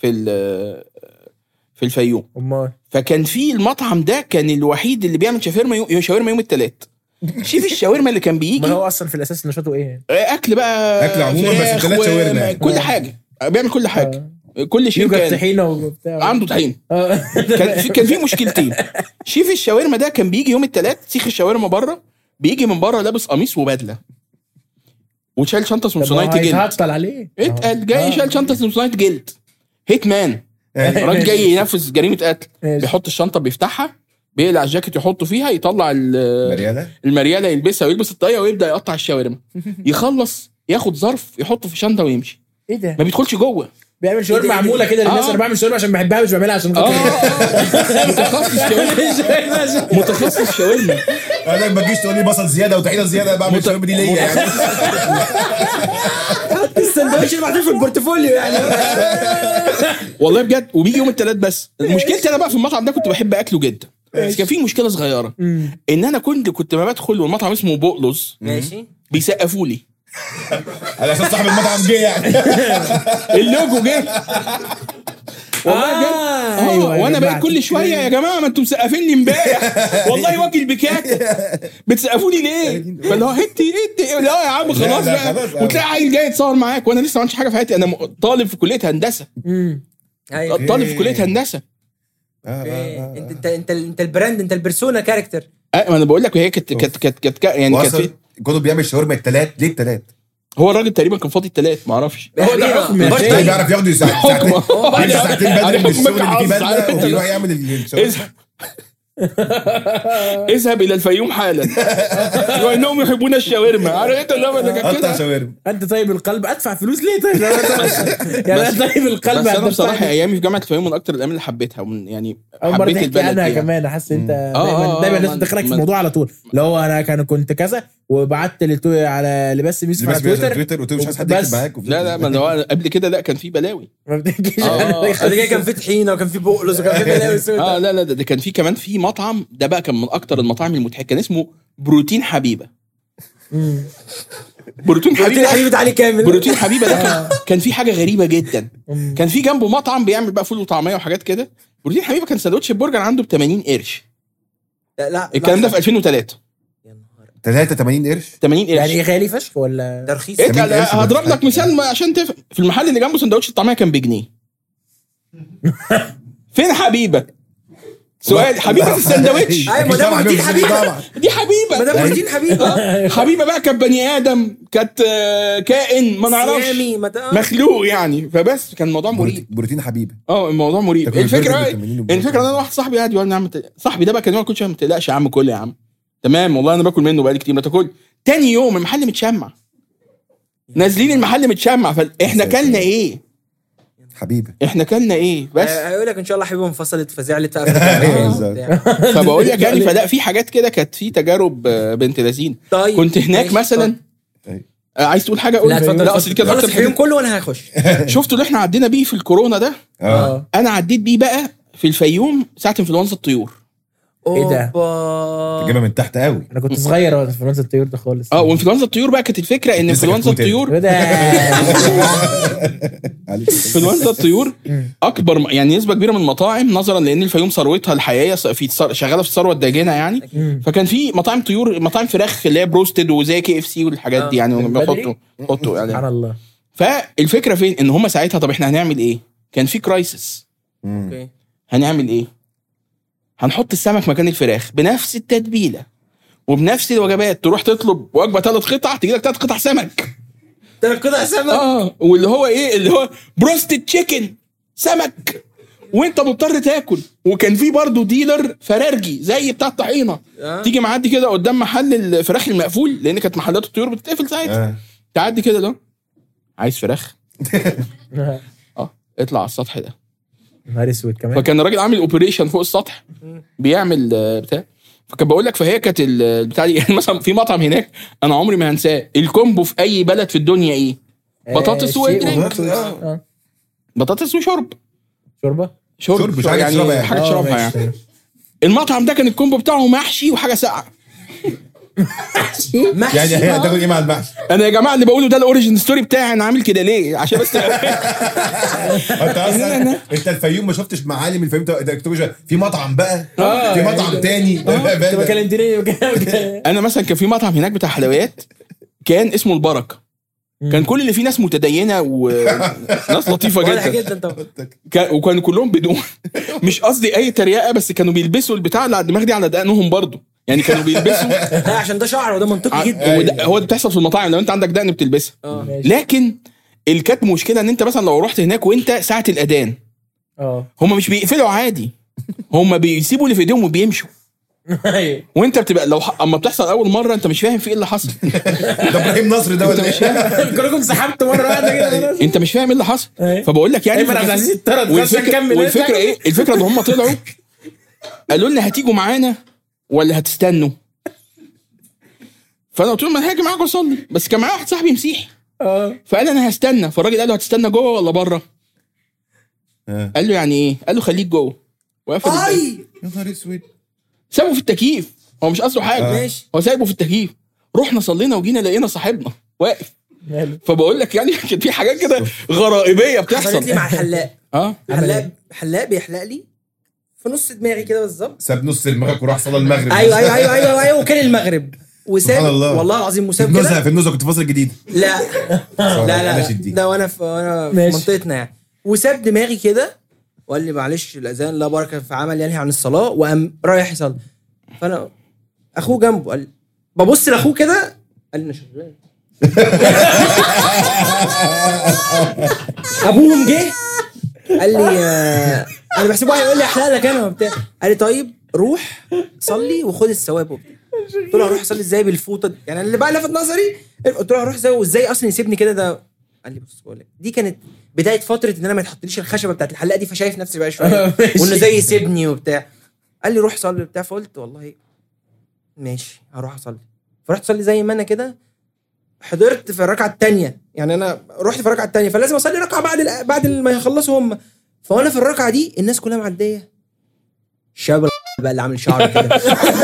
في الفيوم. فكان في المطعم ده كان الوحيد اللي بيعمل شاورما يوم الثلاث. شوف الشاورما اللي كان بيجي. ما هو اصلا في الاساس نشاطه ايه؟ اكل بقى، اكل عموما بس 3 شاورما كل حاجه بيعمل كل حاجه. كل شيء كان طحينه وبتاع، عنده طحينه. كان في مشكلتين. شيف الشاورما ده كان بيجي يوم الثلاث سيخ الشاورما بره، بيجي من بره لابس قميص وبدله وشايل شنطه سمسونايت جلد. هتطل عليه اتقل جاي شايل شنطه سمسونايت جلد. هيت مان راجل جاي ينفذ جريمه قتل. بيحط الشنطه بيفتحها بيقلع الجاكيت يحطه فيها، يطلع المرياله يلبسها ويلبس الطاقيه ويبدا يقطع الشاورما. يخلص ياخد ظرف يحطه في شنطه ويمشي. ايه ده؟ ما بيدخلش جوه. بيعمل شاورما معموله كده للناس. انا بعمل شاورما عشان بحبها مش بعملها عشان متخصص شاورما. انا ما تجيش تقول لي بصل زياده وطحينه زياده، بعمل شاورما دي ليا يعني. السندوتش اللي محطوط في البورتفوليو يعني. والله بجد. وبيجي يوم الثلاث بس. مشكلتي انا بقى في المطعم ده كنت بحب اكله جدا، بس كان في مشكله صغيره ان انا كنت ما بدخل والمطعم اسمه بقلص ماشي بيسقفوا لي على اساس صاحب المطعم جه يعني. اللوجو جه والله بجد. أيوة وانا بقى كل شويه يا جماعه ما انتم مسقفيني امبارح والله واكل بكاته بتسقفوني ليه؟ فاللي هو هتي لا يا عم خلاص بقى. وتلاقي عيل جاي يتصور معاك وانا لسه ما عملتش حاجه في حياتي. انا طالب في كليه هندسه. طالب في كليه هندسه. انت البراند، انت البرسونا كاركتر. ما انا بقول لك. وهي كانت يعني كانت كنت بيعمل شاورما الثلاث. ليه الثلاث؟ هو الراجل تقريبا كان فاضي الثلاث ما اعرفش. هو ده حكم بيعرف ياخد ساعتين بدري من الشغل اللي فيه بدله ويروح يعمل الشاورما. اذهب الى الفيوم حالا وانهم يحبون الشاورما. عارف انت اللي هو قطع شاورما. انت طيب القلب ادفع فلوس ليه طيب؟ يعني طيب القلب. بس انا بصراحه ايامي في جامعه الفيوم من اكتر الايام اللي حبيتها يعني حبيت البلد انا كمان. حاسس انت دايما الناس بتدخلك في الموضوع على طول. لو انا كنت كذا وبعت على لباس ميس على تويتر وانت مش عايز حد يكتب معاك. لا ما هو قبل كده لا كان في بلاوي. قبل كده كان في طحينه وكان في بقلص وكان في بلاوي. لا ده كان في كمان في مطعم ده بقى كان من اكتر المطاعم المضحكه. كان اسمه بروتين حبيبه. بروتين حبيبه علي كامل. بروتين حبيبه ده كان في حاجه غريبه جدا. كان في جنبه مطعم بيعمل بقى فول وطعميه وحاجات كده. بروتين حبيبه كان سندوتش البرجر عنده ب 80 قرش. لا الكلام ده في 2003. 80 قرش. 80 قرش يعني غالي فشخ ولا ده رخيص؟ هضرب لك مثال عشان تفهم. في المحل اللي جنبه سندوتش الطعميه كان بجنيه. فين حبيبه؟ سؤال حبيبه السندوتش ايوه ما ده بروتين حبيبه، دي حبيبه ما ده بروتين حبيبه. حبيبه بقى كانت بني ادم، كانت كائن ما نعرفش سامي مخلوق يعني. فبس كان الموضوع مريب. بروتين حبيبه. الموضوع مريب. تاكل الفكره البرجر بقى بالتمرين الفكره ان انا واحد صاحبي قاعد يقول لي يا عم صاحبي ده بقى كان يقول كل شويه ما تقلقش يا عم، كل يا عم تمام والله انا باكل منه بقالي كتير، ما تاكل. تاني يوم المحل متشمع، نازلين المحل متشمع. فاحنا كلنا ايه؟ حبيبه. احنا كلنا ايه بس. هيقول لك ان شاء الله حبيبه انفصلت فزعلت فبقول لك يعني فلا في حاجات كده كانت في تجارب بنت لذين. طيب كنت هناك مثلا عايز تقول حاجه؟ لا اتفضل. لا اصل كده خلص اليوم كله وانا هخش. شفتوا اللي احنا عدينا بيه في الكورونا ده؟ انا عديت بيه بقى في الفيوم ساعه انفلونزا الطيور. ايه ده؟ تجيبها من تحت قوي. انا كنت صغير وقت انفلونزا الطيور ده خالص. وانفلونزا الطيور بقى كانت الفكره ان انفلونزا الطيور انفلونزا الطيور اكبر يعني نسبه كبيره من المطاعم، نظرا لان الفيوم ثروتها الحقيقيه في شغاله في الثروه الداجنه يعني. فكان في مطاعم طيور، مطاعم فراخ اللي هي بروستد وزي KFC والحاجات دي يعني بيحطوا يعني. سبحان الله. فالفكره فين؟ ان هم ساعتها طب احنا هنعمل ايه؟ كان في كرايسس. اوكي هنعمل ايه؟ هنحط السمك مكان الفراخ بنفس التتبيله وبنفس الوجبات. تروح تطلب وجبه 3 قطع تجي لك 3 قطع سمك. 3 قطع سمك. واللي هو ايه؟ اللي هو بروستد تشيكن سمك، وانت مضطر تاكل. وكان في برضو ديلر فرارجي زي بتاع الطحينه. تيجي معدي كده قدام محل الفراخ المقفول لان كانت محلات الطيور بتتقفل ساعتها. تعدي كده ده عايز فراخ اطلع على السطح ده. نهار اسود كمان. فكان الراجل عامل اوبريشن فوق السطح بيعمل بتاع. فكان بقول لك فهي كانت البتاع دي يعني. مثلا في مطعم هناك انا عمري ما هنساه، الكومبو في اي بلد في الدنيا ايه؟ بطاطس ودرينك. بطاطس وشرب. شرب مش حاجه تشربها يعني. حاجه تشربها يعني. المطعم ده كان الكومبو بتاعه محشي وحاجه ساقعه. محشي يعني هي تاكل ايه مع المحشي؟ انا يا جماعه اللي بقوله ده الاوريجين ستوري بتاعي. انا عامل كده ليه؟ عشان بس انت اصلا انت الفيوم ما شفتش معالم الفيوم؟ في مطعم بقى في مطعم تاني. انت ما كلمتني. انا مثلا كان في مطعم هناك بتاع حلويات كان اسمه البركه. كان كل اللي فيه ناس متدينه وناس لطيفه جدا طبعا. وكانوا كلهم بدون مش قصدي اي تريقه، بس كانوا بيلبسوا البتاع اللي على الدماغ دي على دقنهم برضو يعني. كانوا بيلبسوا عشان ده شعر وده منطقي جدا. هو ده بتحصل في المطاعم لو انت عندك دقن بتلبسها. لكن كانت مشكله ان انت مثلا لو رحت هناك وانت ساعه الاذان هم مش بيقفلوا عادي، هم بيسيبوا اللي في ايديهم وبيمشوا. وانت بتبقى لو اما بتحصل اول مره انت مش فاهم في ايه اللي حصل. ده ابراهيم نصر ده ولا ايه؟ كلكم سحبت مره واحده كده. انت مش فاهم ايه اللي حصل. فبقول لك يعني والفكره ايه؟ الفكره ان هم طلعوا قالوا لنا هتيجوا معانا ولا هتستنوا. فانا قلت لهم انا هاجي معاكم اصلي، بس كان معايا واحد صاحبي مسيحي فقال انا هستنى. فالراجل قال له هتستنى جوه ولا بره؟ قال له يعني ايه؟ قال له خليك جوه. وقفل يا نهار اسود. سابه في التكييف. هو مش قصده حاجه هو سايبه في التكييف. رحنا صلينا وجينا لقينا صاحبنا واقف. فبقول لك يعني كان في حاجات كده غرائبيه بتحصل. حصلت لي مع الحلاق. حلاق بيحلق لي في نص دماغي كده بالظبط. ساب نص دماغك وراح صلى المغرب. ايوه وكان المغرب وساب والله العظيم وساب كده في النزهه. كنت فاصل جديد. لا ده وانا في منطقتنا يعني. وساب دماغي كده وقال لي معلش الاذان لا بركه في عمل ينهي عن الصلاه، وقام رايح يصلي. فانا اخوه جنبه قال ببص لاخوه كده قال لي انا شغال. ابوهم جه قال لي انا بحسبه هيقول لي احلق لك انا وبتاع. قال لي طيب روح صلي وخد الثواب وبتاع. قلت له هروح اصلي ازاي بالفوطه دي؟ يعني اللي بقى لفت نظري قلت له هروح ازاي وازاي اصلا يسيبني كده ده. قال لي بص بقول لك دي كانت بدايه فتره ان انا ما يتحطليش الخشبه بتاعت الحلاقه دي، فشايف نفسي بقى شويه وانه زي يسيبني وبتاع. قال لي روح صلي وبتاع. فقلت والله ماشي هروح اصلي. فرحت اصلي زي ما انا كده. حضرت في الركعه الثانيه، يعني انا رحت في الركعه الثانيه فلازم اصلي ركعه بعد ما يخلصوا هم. فانا في الركعه دي الناس كلها معديه، الشاب بقى اللي عامل شعره كده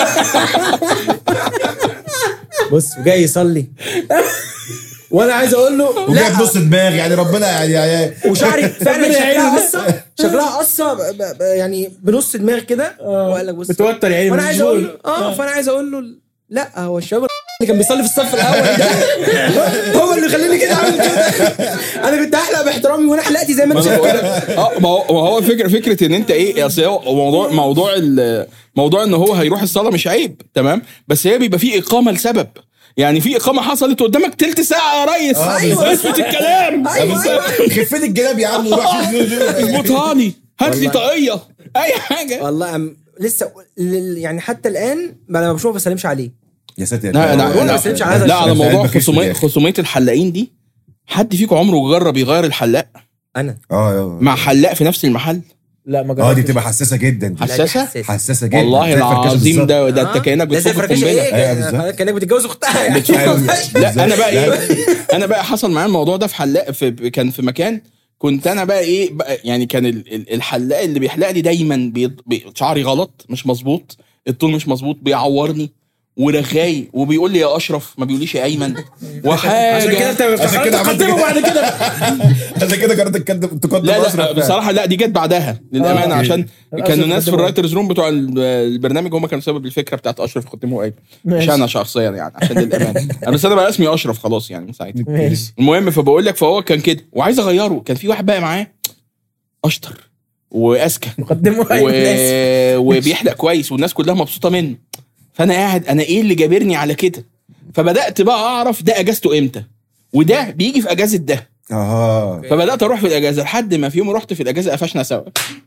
بص جاي يصلي وانا عايز اقول له لا بنص دماغ يعني ربنا يعني وشعري فعلا شكلها قصه يعني بنص دماغ كده. وقال لك بص بتوتر يعني. وانا عايز اقول له فانا عايز اقول له لا هو الشاب اللي كان بيصلي في الصف الاول ده هو اللي خلاني كده اعمل كده. انا كنت احلق باحترامي وانا حلقتي زي ما انت شايف كده. ما هو فكره ان انت ايه، اصل هو موضوع ان هو هيروح الصلاه مش عيب تمام، بس هي بيبقى فيه اقامه لسبب. يعني في اقامه حصلت قدامك تلت ساعه يا ريس، أيوة. اثبت الكلام، خفيت الجناب يا عم وروح اظبطها لي، هات لي طاقيه اي حاجه. والله لسه يعني حتى الان لما بشوفه ما بسلمش عليه. يا ساتر. لا على موضوع خصوميه الحلاقين دي، حد فيكم عمره جرب يغير الحلاق؟ انا مع حلاق في نفس المحل؟ لا ما جربتش. دي بتبقى حساسه جدا. حساسه جدا والله العظيم. ده انت كانك بتفك قنبله، كانك بتتجوز اختها يعني. لا انا بقى حصل معايا الموضوع ده في حلاق كان في مكان كنت انا بقى ايه بقى، يعني كان الحلاق اللي بيحلق لي دايما شعري غلط مش مظبوط، الطول مش مظبوط، بيعورني ورغاي وبيقول لي يا اشرف، ما بيقوليش يا ايمن وحاجه. عشان كده عملت بعد كده عشان كده قررت تقدم لا بصراحه لا، دي جت بعدها للامانه. عشان كانوا الناس في الرايترز روم بتوع البرنامج هم كانوا سبب الفكره بتاعت اشرف ختمه ايمن، مش انا شخصيا يعني، عشان للامانه انا بس انا بقى اسمي اشرف خلاص يعني من ساعتها. المهم فبقول لك، فهو كان كده وعايز اغيره. كان في واحد بقى معاه اشطر واذكى وبيحلق كويس والناس كلها مبسوطه منه، فانا قاعد انا ايه اللي جابرني على كده؟ فبدات بقى اعرف ده اجازته امتى وده بيجي في اجازه ده. فبدات اروح في الاجازه لحد ما في يوم رحت في الاجازه قفشنا سوا.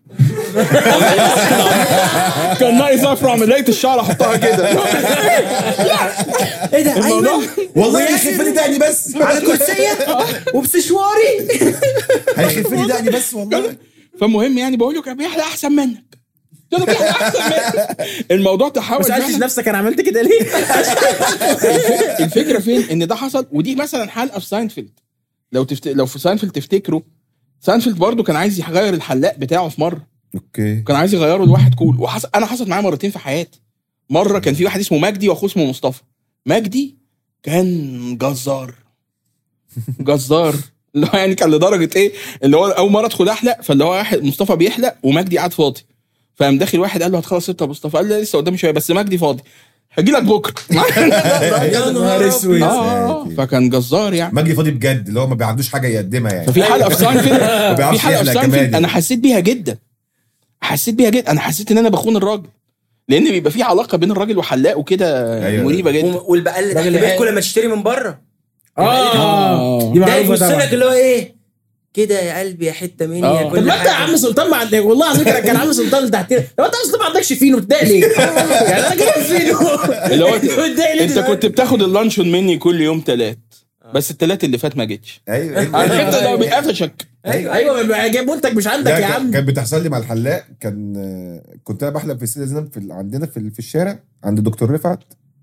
كان ناقص افرع من لقيت الشعر احطها كده. ايه ده ايمن والله هيخف لي دقني بس على كرسيه وبسشواري هيخف لي دقني بس والله. فالمهم يعني بقول له كان بيحلق احسن منك، الموضوع تحول. سألتش نفسك انا عملت كده ليه؟ الفكره فين ان ده حصل. ودي مثلا حلقه في ساينفيلد، لو في ساينفيلد تفتكروا، ساينفيلد برضو كان عايز يغير الحلاق بتاعه في مره. اوكي. كان عايز يغيره لواحد كول. انا حصلت معايا مرتين في حياتي. مره كان في واحد اسمه مجدي واخوه اسمه مصطفى. مجدي كان جزار اللي هو يعني كان لدرجه ايه، اللي هو اول مره ادخل احلق، فاللي هو واحد مصطفى بيحلق ومجدي قاعد فاضي، فقام داخل واحد قال له هتخلص انت يا مصطفى؟ قال لي لسه قدامي شويه بس مجدي فاضي، هجي لك بكره. يا نهار اسود. فكان جزار يعني. مجدي فاضي بجد، اللي هو ما بيعندوش حاجه يقدمها يعني. ففي حلقه في ساينفيلد انا حسيت بيها جدا. انا حسيت ان انا بخون الراجل، لان بيبقى في علاقه بين الراجل وحلاق وكده. أيوة. مريبه جدا. والبقال اللي بيتكل لما تشتري من بره دي معروفه. يبص لك اللي هو ايه كده يا قلبي يا حته مني يا كل طب ما انت يا عم سلطان ما عندك والله العظيم كان عم سلطان اللي تحتنا. طب انت اصلا ما عندكش فينو بتضايق ليه؟ يعني انا جايب فينو اللي هو انت كنت بتاخد اللانشون مني كل يوم 3 بس ال3 اللي فات ما جيتش. ايوه انت لو بيقفشك. ايوه جايب منتج مش عندك يا عم. كان بتحصل لي مع الحلاق. كنت انا بحلق في السيده زينب عندنا في الشارع عند دكتور رفعت.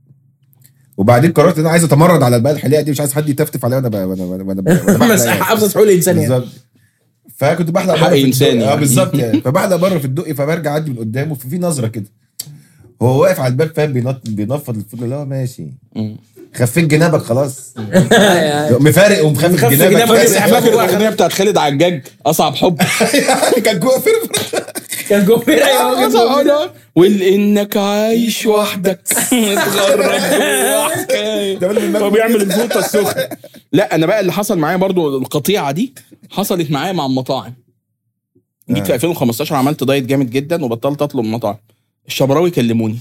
وبعدين قررت ان انا عايز اتمرد على البقى الحلاقه دي، مش عايز حد يتفتف عليا وانا بس حافظ حقوق الانسان يعني. فكنت بحلق حق انساني بالظبط يعني. فبحلق بره في الدقي، فبرجع اعدي من قدامه في نظره كده، هو واقف على الباب فاهم بينفض الفضل اللي هو ماشي خفيت جنابك خلاص مفارق ومخفف جنابك. فاكر الاغنيه بتاعت خالد عجاج اصعب حب؟ كان جوه كان جوه ايوه وانك عايش وحدك متغرب وبيعمل الفوطه السخنه. لا انا بقى اللي حصل معايا برضو القطيعه دي حصلت معايا مع المطاعم. جيت في 2015 عملت دايت جامد جدا وبطلت اطلب من مطاعم. الشبراوي كلموني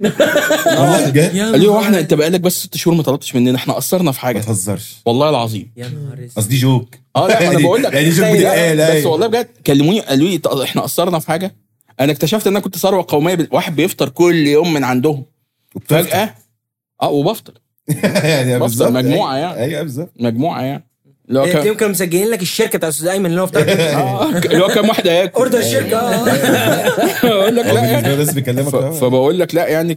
قال لي هو احنا انت بقالك بس 6 شهور ما طلبتش مننا، احنا قصرنا في حاجه؟ ما تهزرش والله العظيم. يا نهار اسود. قصدي جوك. لا انا بقول لك يعني جوك بس والله بجد كلموني قالوا لي احنا قصرنا في حاجه. انا اكتشفت ان انا كنت ثروه قوميه. واحد بيفطر كل يوم من عندهم فجاه وبفطر يعني بفطر مجموعه يعني. ايوه بالظبط مجموعه يعني. لو كانوا مسجلين لك الشركه بتاع استاذ ايمن اللي هو افتكر اللي هو كام واحد هياكل اوردر الشركه. اقول لك لا الناس بيكلمك. فبقول لك لا يعني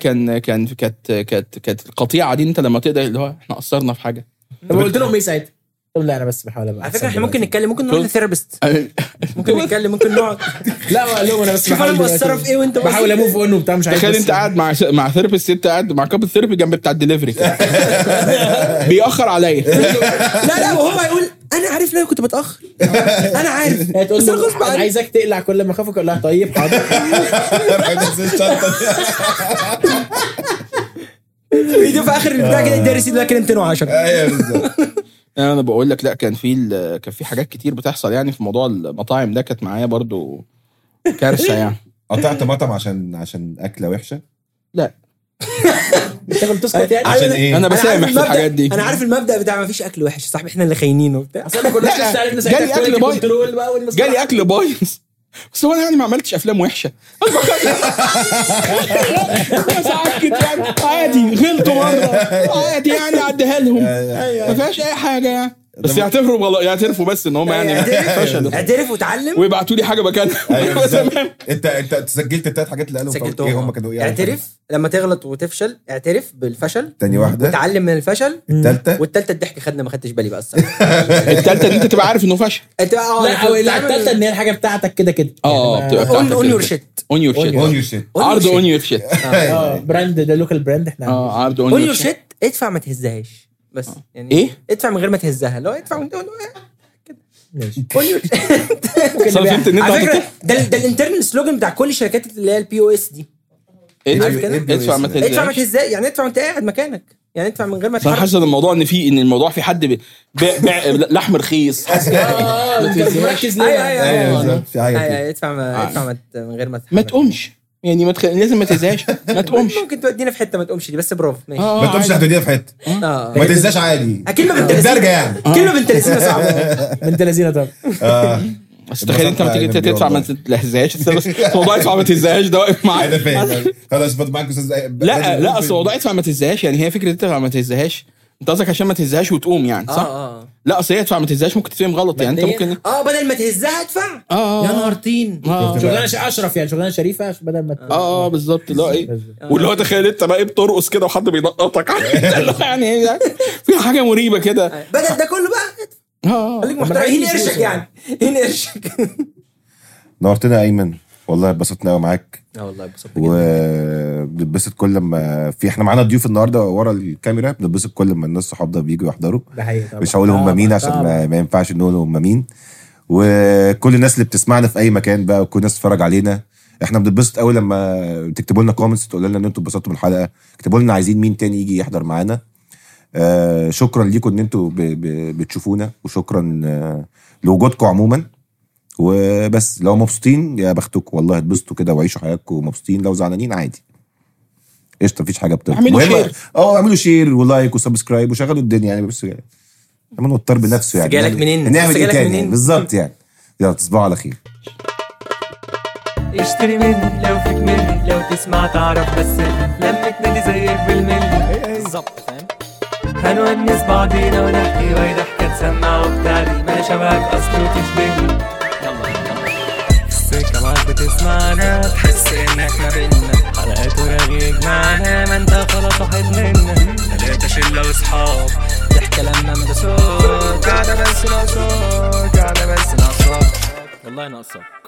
كانت القطيعه دي انت لما تقدر اللي هو احنا قصرنا في حاجه. طب قلت لهم ايه ساعتها؟ طب لا انا بس بحاول ابقى على فكره احنا ممكن نتكلم، ممكن نروح لثيرابيست، ممكن نتكلم، ممكن نقعد. لا قال لهم انا بس بحاول مقصره في ايه وانت بحاول اموف اون وبتاع مش عارف. تخيل انت قاعد مع ثيرابيست، انت قاعد مع كابل ثيرابي جنب بتاع الدليفري بيأخر عليا. لا وهو يقول انا عارف ان انا كنت بتأخر انا عارف بس انا غصب عني عايزك تقلع كل ما اخافك. اقول لها طيب حاضر. الفيديو في اخر البتاع كده ادي ريسيت لكن 210. ايوه بالظبط. انا بقول لك لا، كان في حاجات كتير بتحصل يعني في موضوع المطاعم ده، كانت معايا برضو كارثه يعني. قطعت مطعم عشان اكله وحشه؟ لا انت كنت تسكت يعني عشان ايه؟ انا بسامح في الحاجات دي. انا عارف المبدا بتاع ما فيش اكل وحش صاحبي، احنا اللي خاينين وبتاع. اصل ما كناش لسه عرفنا جالي اكل بايظ، جالي اكل بايظ، بس هو انا يعني ما عملتش افلام وحشه. ساعات كده يعني عادي، غلطوا مره عادي يعني عديها لهم، ما فيهاش اي حاجه يعني. بس يعترفوا بس ان هم يعني فشلوا، اعترف وتعلم ويبعتوا لي حاجه مكانها. تمام. انت سجلت الثلاث حاجات اللي قالوا ايه هم كانوا ايه؟ اعترف لما تغلط وتفشل، اعترف بالفشل، تاني واحده وتعلم من الفشل، الثالثه والثالثه الضحك خدنا ما خدتش بالي بقى الصراحه. الثالثه دي انت تبقى عارف انه فشل. انت لا الثالثه ان هي الحاجه بتاعتك كده اون يور شيت، اون يور شيت، عرض اون يور شيت. براند ده لوكال براند احنا عرض اون يور شيت. ادفع ما تهزهاش بس يعني ايه؟ ادفع من غير ما تهزها، لو ادفع من كده ماشي. اون يور فهمت ان على انت فكره ده الانترنال سلوجن بتاع كل الشركات اللي هي البي او اس دي. عارف كده؟ ادفع ما ادفع ما تهزاش، يعني ادفع وانت قاعد مكانك، يعني ادفع من غير ما صح. تتحرك. حاسس الموضوع ان الموضوع في حد بيع لحم رخيص. مركز ليه؟ ايوه في حاجه كده. ايوه ادفع من غير ما ما تقومش يعني، لازم ما تزهقش، ما تقومش. ممكن تودينا في حته ما تقومش دي، بس برافو ماشي. ما تقومش هتوديها في حته، ما تنساش عادي. كلمه بنت لذينه درجه يعني. كلمه بنت لذينه صعبه. بنت لذينه طبعا. بس تخيل انت ما تيجي تدفع ما تلهزهاش، موضوع ادفع ما تزهقش ده واقف معاك. انا فاهم. خلاص بط معاك استاذ. لا اصل موضوع ادفع ما تزهقش يعني، هي فكره ادفع ما تزهقش، انت قصدك عشان ما تهزهاش وتقوم يعني صح؟ لا اصل هي ادفع ما تهزهاش ممكن تفهم غلط يعني، انت ممكن بدل ما تهزها ادفع. يا نهار طين. شغلانه اشرف يعني، شغلانه شريفه بدل ما بالظبط. اللي هو ايه، واللي هو تخيل انت بقى بترقص كده وحد بينقطك يعني ايه في حاجه مريبه كده. بدل ده كله بقى خليك محترم. هين قرشك يعني، هين قرشك. نورتنا يا ايمن، والله اتبسطنا قوي معاك. والله اتبسطت جدا. وبنتبسط كل ما احنا معانا ضيوف النهارده ورا الكاميرا، بنتبسط كل ما الناس صحابنا بييجوا يحضروا. ده حقيقي طبعا. مش هقول هم مين عشان ما ينفعش نقول هم مين. وكل الناس اللي بتسمعنا في اي مكان بقى، وكل الناس تتفرج علينا، احنا بنتبسط قوي لما تكتبوا لنا كومنتس تقولوا لنا ان انتوا اتبسطتوا من الحلقه، اكتبوا لنا عايزين مين تاني يجي يحضر معانا. شكرا ليكم ان انتوا بتشوفونا، وشكرا لوجودكم عموما. وبس لو مبسوطين يا بختكم والله، اتبسطوا كده وعيشوا حياتكم مبسوطين. لو زعلانين عادي قشطه، مفيش حاجه بتطلع. اعملوا شير، اعملوا شير ولايك وسبسكرايب وشغلوا الدنيا يعني. بس لما نوتر بنفسه يعني، جالك منين؟ نعمل ايه تاني يعني؟ بالظبط يعني. يلا تصبحوا على خير. اشتري مني لو فيك مني، لو تسمع تعرف، بس لما تنادي زيك بالملي بالظبط فاهم. هنونس بعضينا ونحكي وهي ضحكة تسمع وبتعلي، ما شبهك اصله تشبهني. السكة معاك بتسمعنا، تحس انك ما بينا حلقات ورغي يجمعنا، ما انت خلاص واحد منا. 3 شلة واصحاب، ضحكة لما مدسوك، قاعدة بس ناقصاك، قاعدة بس ناقصاك، والله ناقصاك.